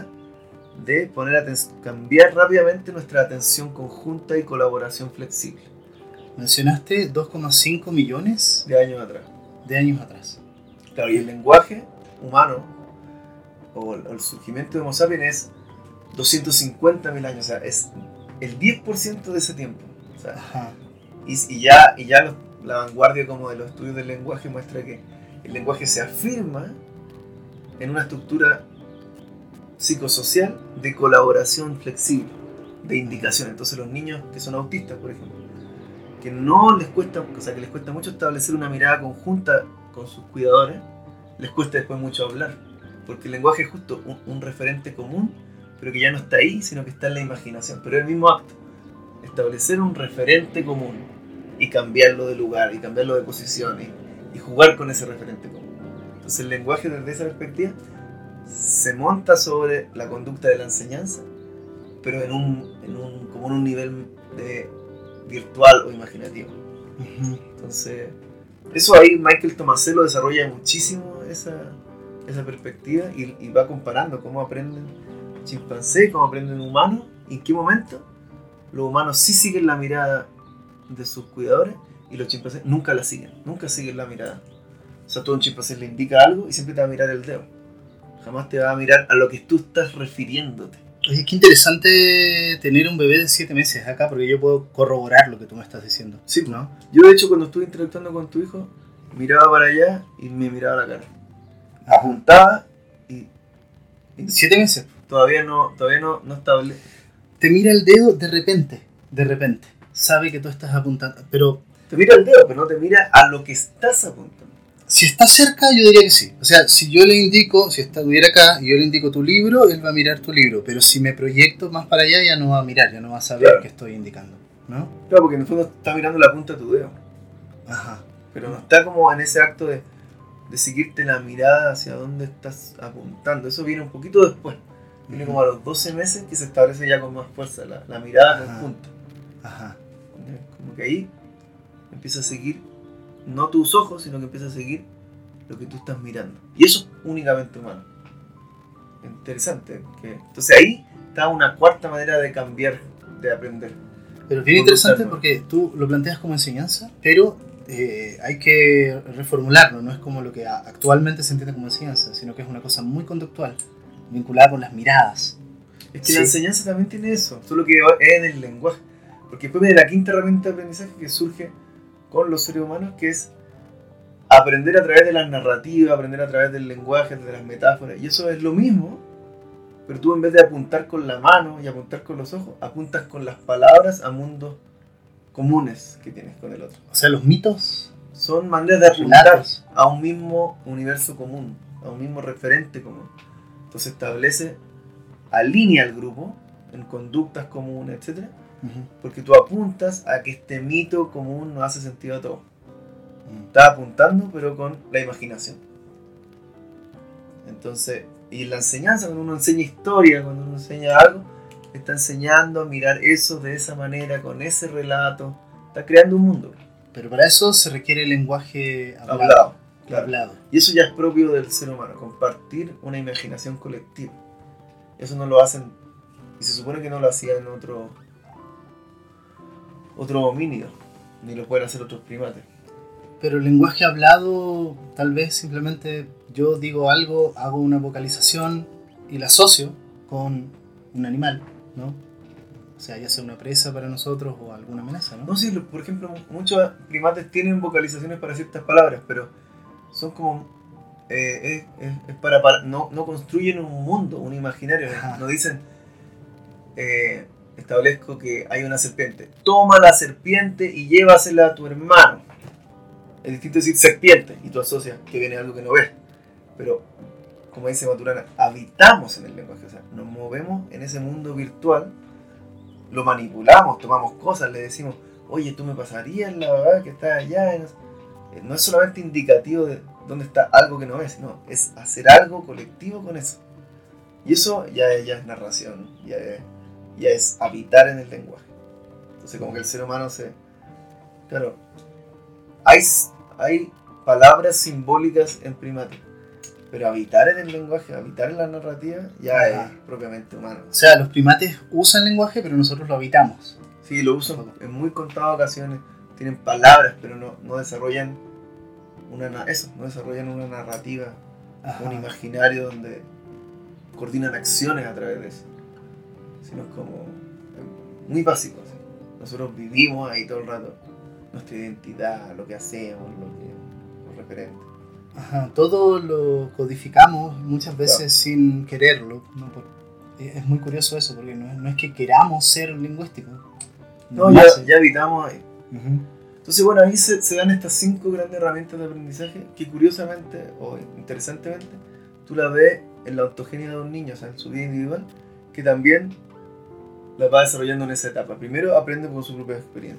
de poner aten- cambiar rápidamente nuestra atención conjunta y colaboración flexible. Mencionaste dos coma cinco millones de años atrás. De años atrás. Claro, y el lenguaje humano, o el surgimiento de Homo sapiens, es doscientos cincuenta mil años, o sea, es el diez por ciento de ese tiempo. O sea, Ajá. Y, y ya, y ya los, la vanguardia como de los estudios del lenguaje muestra que el lenguaje se afirma en una estructura psicosocial de colaboración flexible, de indicación. Entonces los niños que son autistas, por ejemplo, que no les cuesta, o sea, que les cuesta mucho establecer una mirada conjunta con sus cuidadores, les cuesta después mucho hablar, porque el lenguaje es justo un, un referente común, pero que ya no está ahí, sino que está en la imaginación. Pero es el mismo acto, establecer un referente común, y cambiarlo de lugar, y cambiarlo de posición, y, y jugar con ese referente común. Entonces el lenguaje desde esa perspectiva se monta sobre la conducta de la enseñanza, pero en un, en un, como en un nivel de virtual o imaginativo. Ujú. Entonces, eso ahí Michael Tomasello desarrolla muchísimo esa, esa perspectiva y, y va comparando cómo aprenden chimpancés, cómo aprenden humanos, y en qué momento los humanos sí siguen la mirada de sus cuidadores y los chimpancés nunca la siguen, nunca siguen la mirada. O sea, tú a un chimpancé le indica algo y siempre te va a mirar el dedo. Jamás te va a mirar a lo que tú estás refiriéndote. Oye, qué interesante tener un bebé de siete meses acá, porque yo puedo corroborar lo que tú me estás diciendo. Sí, ¿no? Yo de hecho cuando estuve interactuando con tu hijo, miraba para allá y me miraba la cara. Apuntaba y... y ¿Siete meses? Todavía no, todavía no, no estable. Te mira el dedo de repente, de repente. Sabe que tú estás apuntando, pero... Te mira el dedo, pero no te mira a lo que estás apuntando. Si está cerca, yo diría que sí. O sea, si yo le indico, si estuviera acá y yo le indico tu libro, él va a mirar tu libro. Pero si me proyecto más para allá, ya no va a mirar, ya no va a saber Claro. qué estoy indicando, ¿no? Claro, porque en el fondo está mirando la punta de tu dedo. Ajá. Pero no está como en ese acto de, de seguirte la mirada hacia dónde estás apuntando. Eso viene un poquito después. Viene como a los doce meses que se establece ya con más fuerza la, la mirada Ajá. conjunta. Ajá. Como que ahí empieza a seguir no tus ojos, sino que empieza a seguir lo que tú estás mirando. Y eso es únicamente humano. Interesante. Que, entonces ahí está una cuarta manera de cambiar, de aprender. Pero bien interesante porque tú lo planteas como enseñanza, pero eh, hay que reformularlo. No es como lo que actualmente se entiende como enseñanza, sino que es una cosa muy conductual, vinculada con las miradas. Es que Sí. la enseñanza también tiene eso, solo que es en el lenguaje. Porque después viene la quinta herramienta de aprendizaje que surge con los seres humanos, que es aprender a través de las narrativas, aprender a través del lenguaje, de las metáforas. Y eso es lo mismo, pero tú en vez de apuntar con la mano y apuntar con los ojos, apuntas con las palabras a mundos comunes que tienes con el otro. O sea, los mitos Son maneras de apuntar relatos. a un mismo universo común, a un mismo referente común. Entonces establece, alinea al grupo en conductas comunes, etcétera, Uh-huh. porque tú apuntas a que este mito común no hace sentido a todos. Estás apuntando, pero con la imaginación. Entonces, y en la enseñanza, cuando uno enseña historia, cuando uno enseña algo, está enseñando a mirar eso de esa manera, con ese relato. Está creando un mundo. Pero para eso se requiere lenguaje hablado. Hablado, claro. hablado. Y eso ya es propio del ser humano, compartir una imaginación colectiva. Eso no lo hacen, y se supone que no lo hacían otro, otro homínido, ni lo pueden hacer otros primates. Pero el lenguaje hablado, tal vez simplemente yo digo algo, hago una vocalización y la asocio con un animal, ¿no? O sea, ya sea una presa para nosotros o alguna amenaza, ¿no? No, sí, por ejemplo, muchos primates tienen vocalizaciones para ciertas palabras, pero son como... Eh, es, es, es para, para no, no construyen un mundo, un imaginario. Ajá. No dicen... Eh, establezco que hay una serpiente. Toma la serpiente y llévasela a tu hermano. Es distinto decir serpiente y tú asocias que viene algo que no ves. Pero, como dice Maturana, habitamos en el lenguaje. O sea, nos movemos en ese mundo virtual, lo manipulamos, tomamos cosas, le decimos, oye, tú me pasarías la verdad que está allá. No es solamente indicativo de dónde está algo que no ves, sino es hacer algo colectivo con eso. Y eso ya, ya es narración, ya es, ya es habitar en el lenguaje. Entonces como que el ser humano se... Claro, hay, hay palabras simbólicas en primates, pero habitar en el lenguaje, habitar en la narrativa, ya Ajá. es propiamente humano. O sea, los primates usan lenguaje, pero nosotros lo habitamos. Sí, lo usan en muy contadas ocasiones, tienen palabras, pero no, no desarrollan una, eso, no desarrollan una narrativa, Ajá. un imaginario donde coordinan acciones a través de eso, sino es como muy básico. ¿Sí? Nosotros vivimos ahí todo el rato nuestra identidad, lo que hacemos, lo que los referentes. Ajá. Todo lo codificamos muchas veces claro. sin quererlo, ¿no? Por, es muy curioso eso, porque no es, no es que queramos ser lingüísticos. No, ya, ya habitamos ahí. Uh-huh. Entonces, bueno, ahí se, se dan estas cinco grandes herramientas de aprendizaje que curiosamente o interesantemente tú las ves en la ontogenia de un niño, o sea, en su vida individual, que también la va desarrollando en esa etapa. Primero aprende por su propia experiencia.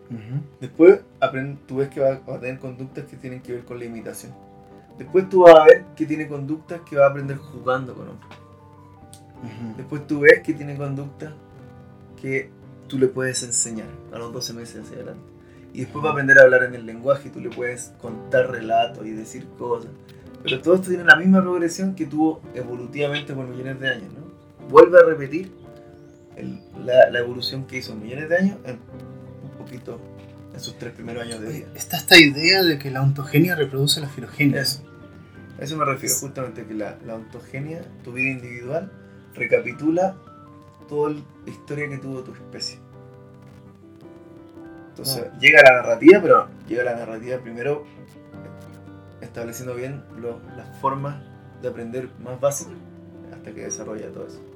Uh-huh. Después aprend- tú ves que va, va a tener conductas que tienen que ver con la imitación. Después tú vas a ver que tiene conductas que va a aprender jugando con otros. Uh-huh. Después tú ves que tiene conductas que tú le puedes enseñar a los doce meses hacia adelante. Y después va a aprender a hablar en el lenguaje y tú le puedes contar relatos y decir cosas. Pero todo esto tiene la misma progresión que tuvo evolutivamente por millones de años, ¿no? Vuelve a repetir el, la, la evolución que hizo millones de años en un poquito en sus tres primeros años de vida. Está esta idea de que la ontogenia reproduce la filogenia. Eso. A eso me refiero, justamente, que la, la ontogenia, tu vida individual, recapitula toda la historia que tuvo tu especie. Entonces, no. llega la narrativa, pero llega la narrativa primero estableciendo bien lo, las formas de aprender más básicas hasta que desarrolla todo eso.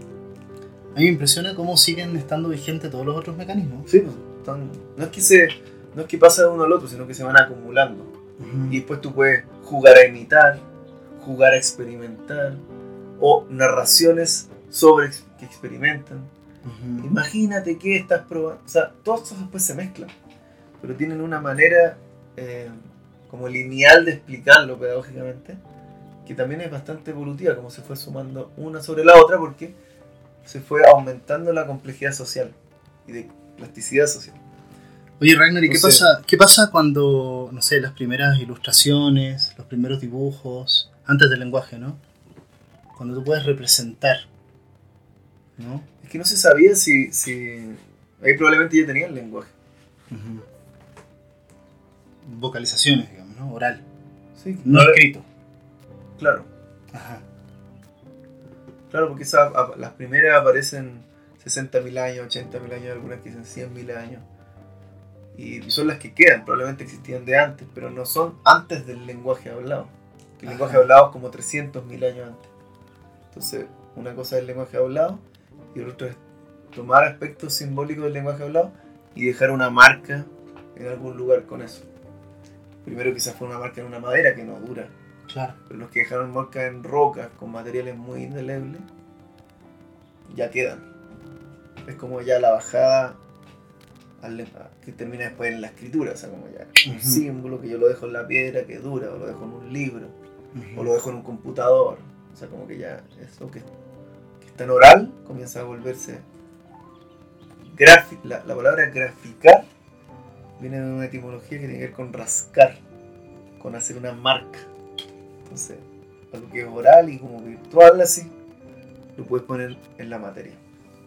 A mí me impresiona cómo siguen estando vigentes todos los otros mecanismos. Sí, pues, están, no es que se, no es que pasa de uno al otro, sino que se van acumulando. Uh-huh. Y después tú puedes jugar a imitar, jugar a experimentar, o narraciones sobre que experimentan. Uh-huh. Imagínate que estás probando. O sea, todos estos después se mezclan, pero tienen una manera eh, como lineal de explicarlo pedagógicamente, que también es bastante evolutiva, como se fue sumando una sobre la otra, porque se fue aumentando la complejidad social y de plasticidad social. Oye, Ragnar, ¿y qué pasa, qué pasa cuando, no sé, las primeras ilustraciones, los primeros dibujos, antes del lenguaje, ¿no? Cuando tú puedes representar, ¿no? Es que no se sabía si... si... ahí probablemente ya tenía el lenguaje. Uh-huh. Vocalizaciones, digamos, ¿no? Oral. Sí. No ahora, escrito. Claro. Ajá. Claro, porque esa, las primeras aparecen sesenta mil años, ochenta mil años, algunas que dicen cien mil años. Y son las que quedan, probablemente existían de antes, pero no son antes del lenguaje hablado. El Ajá. lenguaje hablado es como trescientos mil años antes. Entonces, una cosa es el lenguaje hablado y el otro es tomar aspectos simbólicos del lenguaje hablado y dejar una marca en algún lugar con eso. Primero quizás fue una marca en una madera que no dura. Claro. Pero los que dejaron marcas en rocas con materiales muy indelebles ya quedan. Es como ya la bajada al, que termina después en la escritura, o sea, como ya uh-huh. un símbolo que yo lo dejo en la piedra que dura, o lo dejo en un libro, uh-huh. o lo dejo en un computador. O sea, como que ya eso que, que está en oral comienza a volverse gráfico. La, la palabra graficar viene de una etimología que tiene que ver con rascar, con hacer una marca. Entonces, algo que es oral y como virtual así, lo puedes poner en la materia.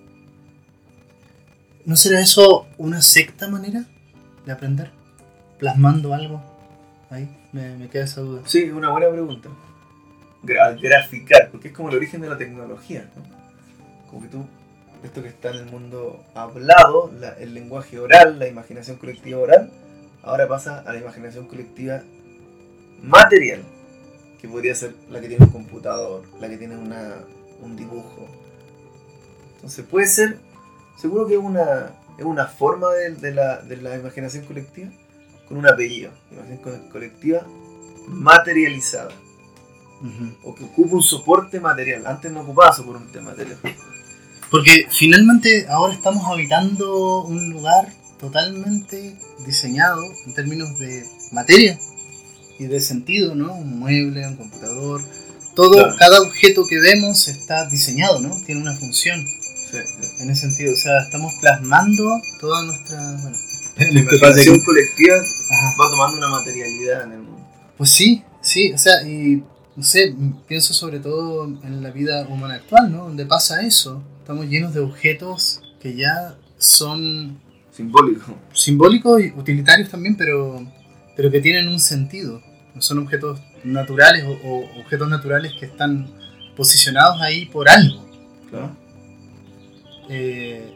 ¿No será eso una sexta manera de aprender? ¿Plasmando algo? Ahí me, me queda esa duda. Sí, una buena pregunta. Gra- graficar, porque es como el origen de la tecnología, ¿no? Como que tú, esto que está en el mundo hablado, la, el lenguaje oral, la imaginación colectiva oral, ahora pasa a la imaginación colectiva material, que podría ser la que tiene un computador, la que tiene una, un dibujo. Entonces puede ser, seguro que es una, es una forma de, de, la, de la imaginación colectiva con un apellido, imaginación colectiva materializada. Uh-huh. O que ocupa un soporte material. Antes no ocupaba soporte material. Porque finalmente ahora estamos habitando un lugar totalmente diseñado en términos de materia y de sentido, ¿no? Un mueble, un computador, todo, claro. Cada objeto que vemos está diseñado, ¿no? Tiene una función. Sí, sí. En ese sentido, o sea, estamos plasmando toda nuestra... Bueno, la imaginación colectiva Ajá. va tomando una materialidad en el mundo. Pues sí, sí, o sea, y no sé, pienso sobre todo en la vida humana actual, ¿no? Donde pasa eso. Estamos llenos de objetos que ya son... Simbólicos. Simbólicos y utilitarios también, pero, pero que tienen un sentido. No son objetos naturales o, o objetos naturales que están posicionados ahí por algo. Claro. Eh,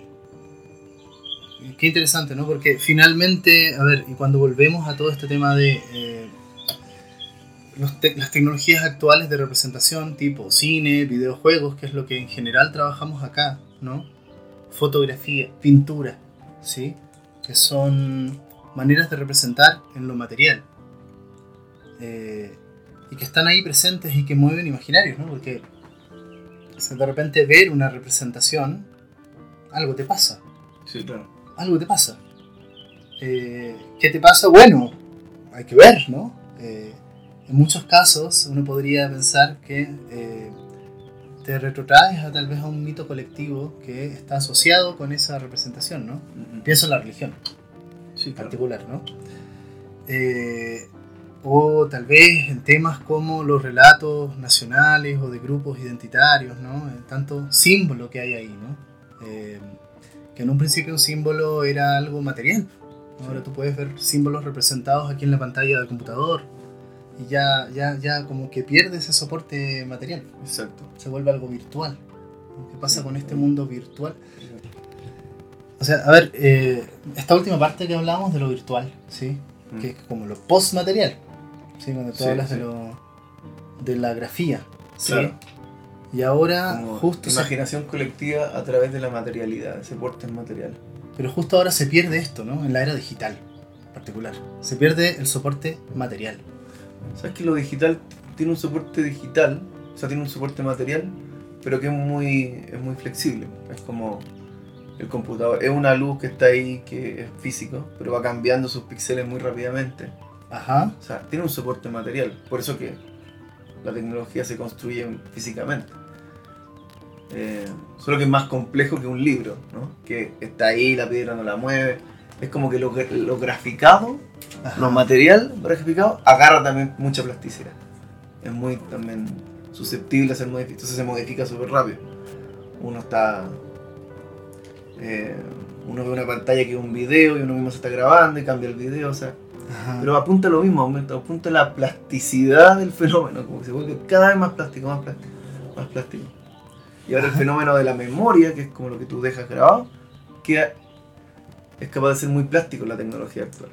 qué interesante, ¿no? Porque finalmente, a ver, y cuando volvemos a todo este tema de... Eh, Los te- las tecnologías actuales de representación tipo cine, videojuegos, que es lo que en general trabajamos acá, ¿no? Fotografía, pintura, ¿sí? Que son maneras de representar en lo material eh, y que están ahí presentes y que mueven imaginarios, ¿no? Porque o sea, de repente ver una representación, algo te pasa. Sí, claro. Algo te pasa. Eh, ¿Qué te pasa? Bueno, hay que ver, ¿no? Eh, en muchos casos uno podría pensar que eh, te retrotraes a tal vez a un mito colectivo que está asociado con esa representación, ¿no? Uh-huh. Pienso en la religión, sí, en claro. particular, ¿no? Eh, o tal vez en temas como los relatos nacionales o de grupos identitarios, ¿no? El tanto símbolo que hay ahí, ¿no? Eh, que en un principio un símbolo era algo material. Ahora sí. Tú puedes ver símbolos representados aquí en la pantalla del computador y ya, ya, ya como que pierde ese soporte material. Exacto. Se vuelve algo virtual. ¿Qué pasa sí, con este mundo virtual? O sea, a ver, eh, esta última parte que hablamos de lo virtual, ¿sí? Mm. Que es como lo post-material, ¿sí? Cuando tú sí, hablas sí. de lo de la grafía, ¿sí? Claro. Y ahora como justo... imaginación se... colectiva a través de la materialidad, ese soporte material. Pero justo ahora se pierde esto, ¿no? En la era digital, en particular. Se pierde el soporte material. ¿Sabes que lo digital tiene un soporte digital? O sea, tiene un soporte material, pero que es muy, es muy flexible. Es como el computador. Es una luz que está ahí, que es físico, pero va cambiando sus píxeles muy rápidamente. Ajá. O sea, tiene un soporte material. Por eso que la tecnología se construye físicamente. Eh, solo que es más complejo que un libro, ¿no? Que está ahí, la piedra no la mueve. Es como que lo, lo graficado, ajá, lo material graficado, agarra también mucha plasticidad. Es muy también susceptible a ser modificado. Entonces se modifica súper rápido. Uno está... Eh, uno ve una pantalla que es un video y uno mismo se está grabando y cambia el video, o sea... Ajá. Pero apunta lo mismo, aumenta, apunta la plasticidad del fenómeno, como que se vuelve cada vez más plástico, más plástico, más plástico. Y ahora el fenómeno de la memoria, que es como lo que tú dejas grabado, que es capaz de ser muy plástico en la tecnología actual.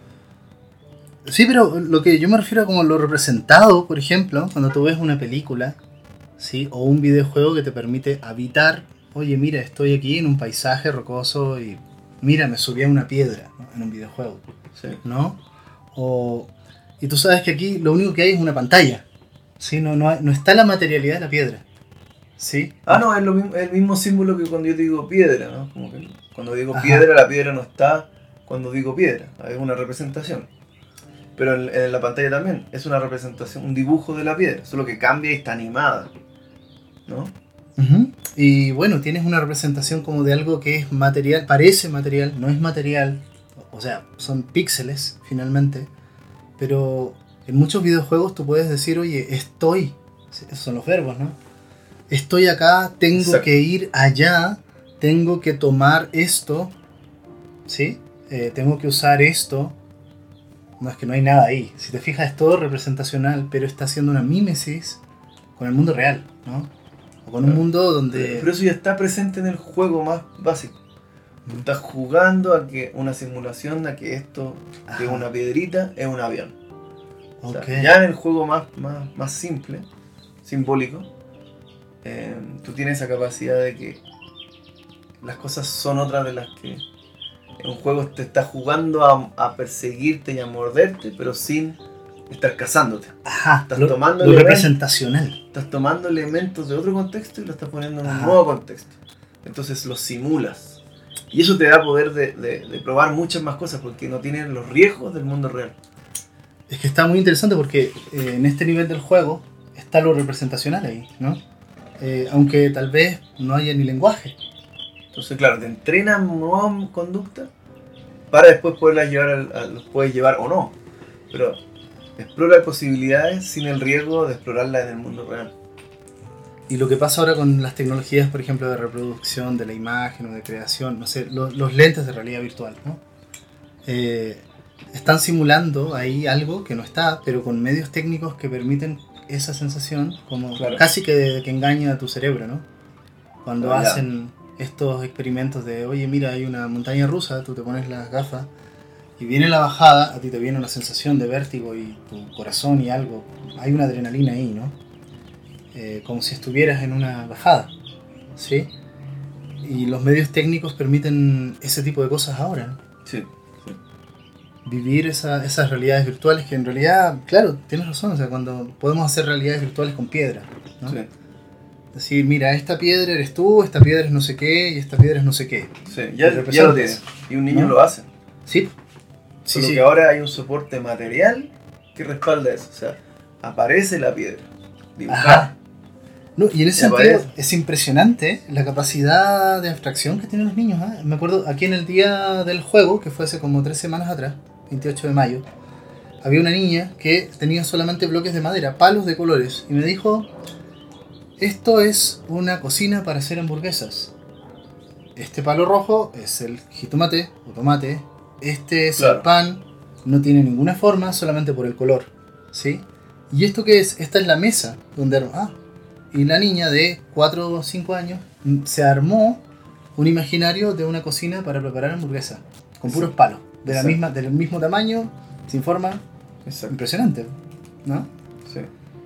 Sí, pero lo que yo me refiero a como lo representado, por ejemplo, cuando tú ves una película, ¿sí? O un videojuego que te permite habitar, oye, mira, estoy aquí en un paisaje rocoso y mira, me subí a una piedra, ¿no? En un videojuego, sí, ¿no? O, y tú sabes que aquí lo único que hay es una pantalla, ¿sí? No, no, hay, no está la materialidad de la piedra. ¿Sí? Ah, no, es, lo mismo, es el mismo símbolo que cuando yo digo piedra, ¿no? Como que cuando digo ajá, piedra, la piedra no está cuando digo piedra, es una representación. Pero en, en la pantalla también es una representación, un dibujo de la piedra, solo que cambia y está animada, ¿no? Uh-huh. Y bueno, tienes una representación como de algo que es material, parece material, no es material, o sea, son píxeles finalmente, pero en muchos videojuegos tú puedes decir, oye, estoy, esos son los verbos, ¿no? Estoy acá, tengo exacto, que ir allá, tengo que tomar esto, ¿sí? Eh, tengo que usar esto. No, es que no hay nada ahí. Si te fijas, es todo representacional, pero está haciendo una mímesis con el mundo real, ¿no? O con claro, un mundo donde... Pero eso ya está presente en el juego más básico. Tú estás jugando a que una simulación, a que esto, ajá, que es una piedrita, es un avión. Okay. O sea, ya en el juego más, más, más simple, simbólico, Eh, tú tienes esa capacidad de que las cosas son otras de las que en un juego te está jugando a, a perseguirte y a morderte, pero sin estar cazándote. Ajá, estás lo, tomando lo representacional. Estás tomando elementos de otro contexto y lo estás poniendo en un ajá, nuevo contexto. Entonces los simulas. Y eso te da poder de, de, de probar muchas más cosas porque no tienen los riesgos del mundo real. Es que está muy interesante porque eh, en este nivel del juego está lo representacional ahí, ¿no? Eh, aunque tal vez no haya ni lenguaje. Entonces, claro, te entrenan nuevas conductas para después poderlas llevar, al, a, los puedes llevar o no. Pero explora posibilidades sin el riesgo de explorarlas en el mundo real. Y lo que pasa ahora con las tecnologías, por ejemplo, de reproducción de la imagen o de creación, no sé, los, los lentes de realidad virtual, ¿no? Eh, están simulando ahí algo que no está, pero con medios técnicos que permiten esa sensación como claro, casi que, que engaña a tu cerebro, ¿no? Cuando oh, hacen estos experimentos de, oye, mira, hay una montaña rusa, tú te pones las gafas y viene la bajada, a ti te viene una sensación de vértigo y tu corazón y algo, hay una adrenalina ahí, ¿no? Eh, como si estuvieras en una bajada, ¿sí? Y los medios técnicos permiten ese tipo de cosas ahora, ¿no? Sí. Vivir esa, esas realidades virtuales que en realidad, claro, tienes razón, o sea, cuando podemos hacer realidades virtuales con piedra, ¿no? Sí. Decir, mira, esta piedra eres tú, esta piedra es no sé qué y esta piedra es no sé qué. Sí, ya, ya lo tienes. Y un niño, ¿no?, lo hace. Sí. Sí, Solo sí. que ahora hay un soporte material que respalda eso. O sea, aparece la piedra. Dibujada. Ajá. No, y en ese Ya sentido parece. es impresionante la capacidad de abstracción que tienen los niños. ¿eh? Me acuerdo aquí en el día del juego, que fue hace como tres semanas atrás, veintiocho de mayo, había una niña que tenía solamente bloques de madera, palos de colores, y me dijo, esto es una cocina para hacer hamburguesas. Este palo rojo es el jitomate o tomate, este es Claro. el pan, no tiene ninguna forma, solamente por el color, ¿sí? ¿Y esto qué es? Esta es la mesa donde... Ah, y la niña de cuatro o cinco años mm, se armó un imaginario de una cocina para preparar hamburguesas, con puros Sí. palos, de la Exacto. misma, del mismo tamaño, sin forma, Exacto. impresionante, ¿no? Sí.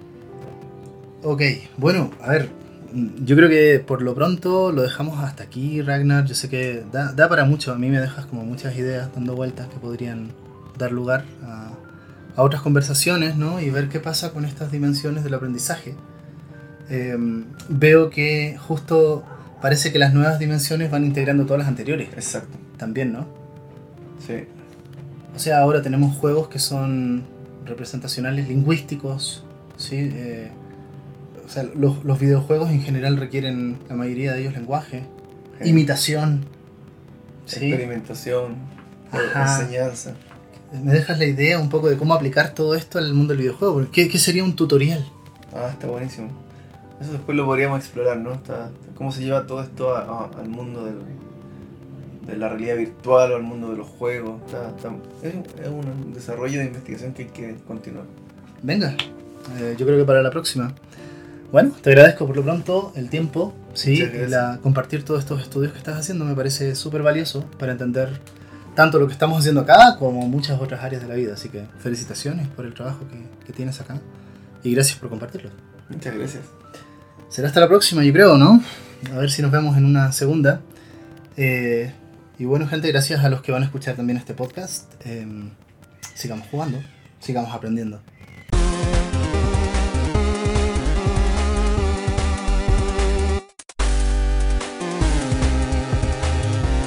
Ok, bueno, a ver, mm, yo creo que por lo pronto lo dejamos hasta aquí, Ragnar. Yo sé que da, da para mucho, a mí me dejas como muchas ideas dando vueltas que podrían dar lugar a, a otras conversaciones, ¿no? Y ver qué pasa con estas dimensiones del aprendizaje. Eh, veo que justo parece que las nuevas dimensiones van integrando todas las anteriores Exacto. también, ¿no? Sí. O sea, ahora tenemos juegos que son representacionales lingüísticos, ¿sí? Eh, o sea, los, los videojuegos en general requieren, la mayoría de ellos, lenguaje, Sí. imitación, ¿sí? Experimentación. Ajá. Enseñanza. ¿Me dejas la idea un poco de cómo aplicar todo esto al mundo del videojuego? ¿Qué, qué sería un tutorial? Ah, está buenísimo. Eso después lo podríamos explorar, ¿no? Está, cómo se lleva todo esto a- a- al mundo del, de la realidad virtual o al mundo de los juegos. Está, está- es, es un desarrollo de investigación que hay que continuar. Venga, eh, yo creo que para la próxima. Bueno, te agradezco por lo pronto el tiempo, sí, Muchas gracias. la, compartir todos estos estudios que estás haciendo me parece súper valioso para entender tanto lo que estamos haciendo acá como muchas otras áreas de la vida. Así que felicitaciones por el trabajo que, que tienes acá y gracias por compartirlo. Muchas gracias. Será hasta la próxima, yo creo, ¿no? A ver si nos vemos en una segunda. Eh, y bueno, gente, gracias a los que van a escuchar también este podcast. Eh, sigamos jugando, sigamos aprendiendo.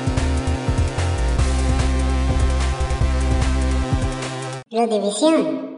Radiovisión.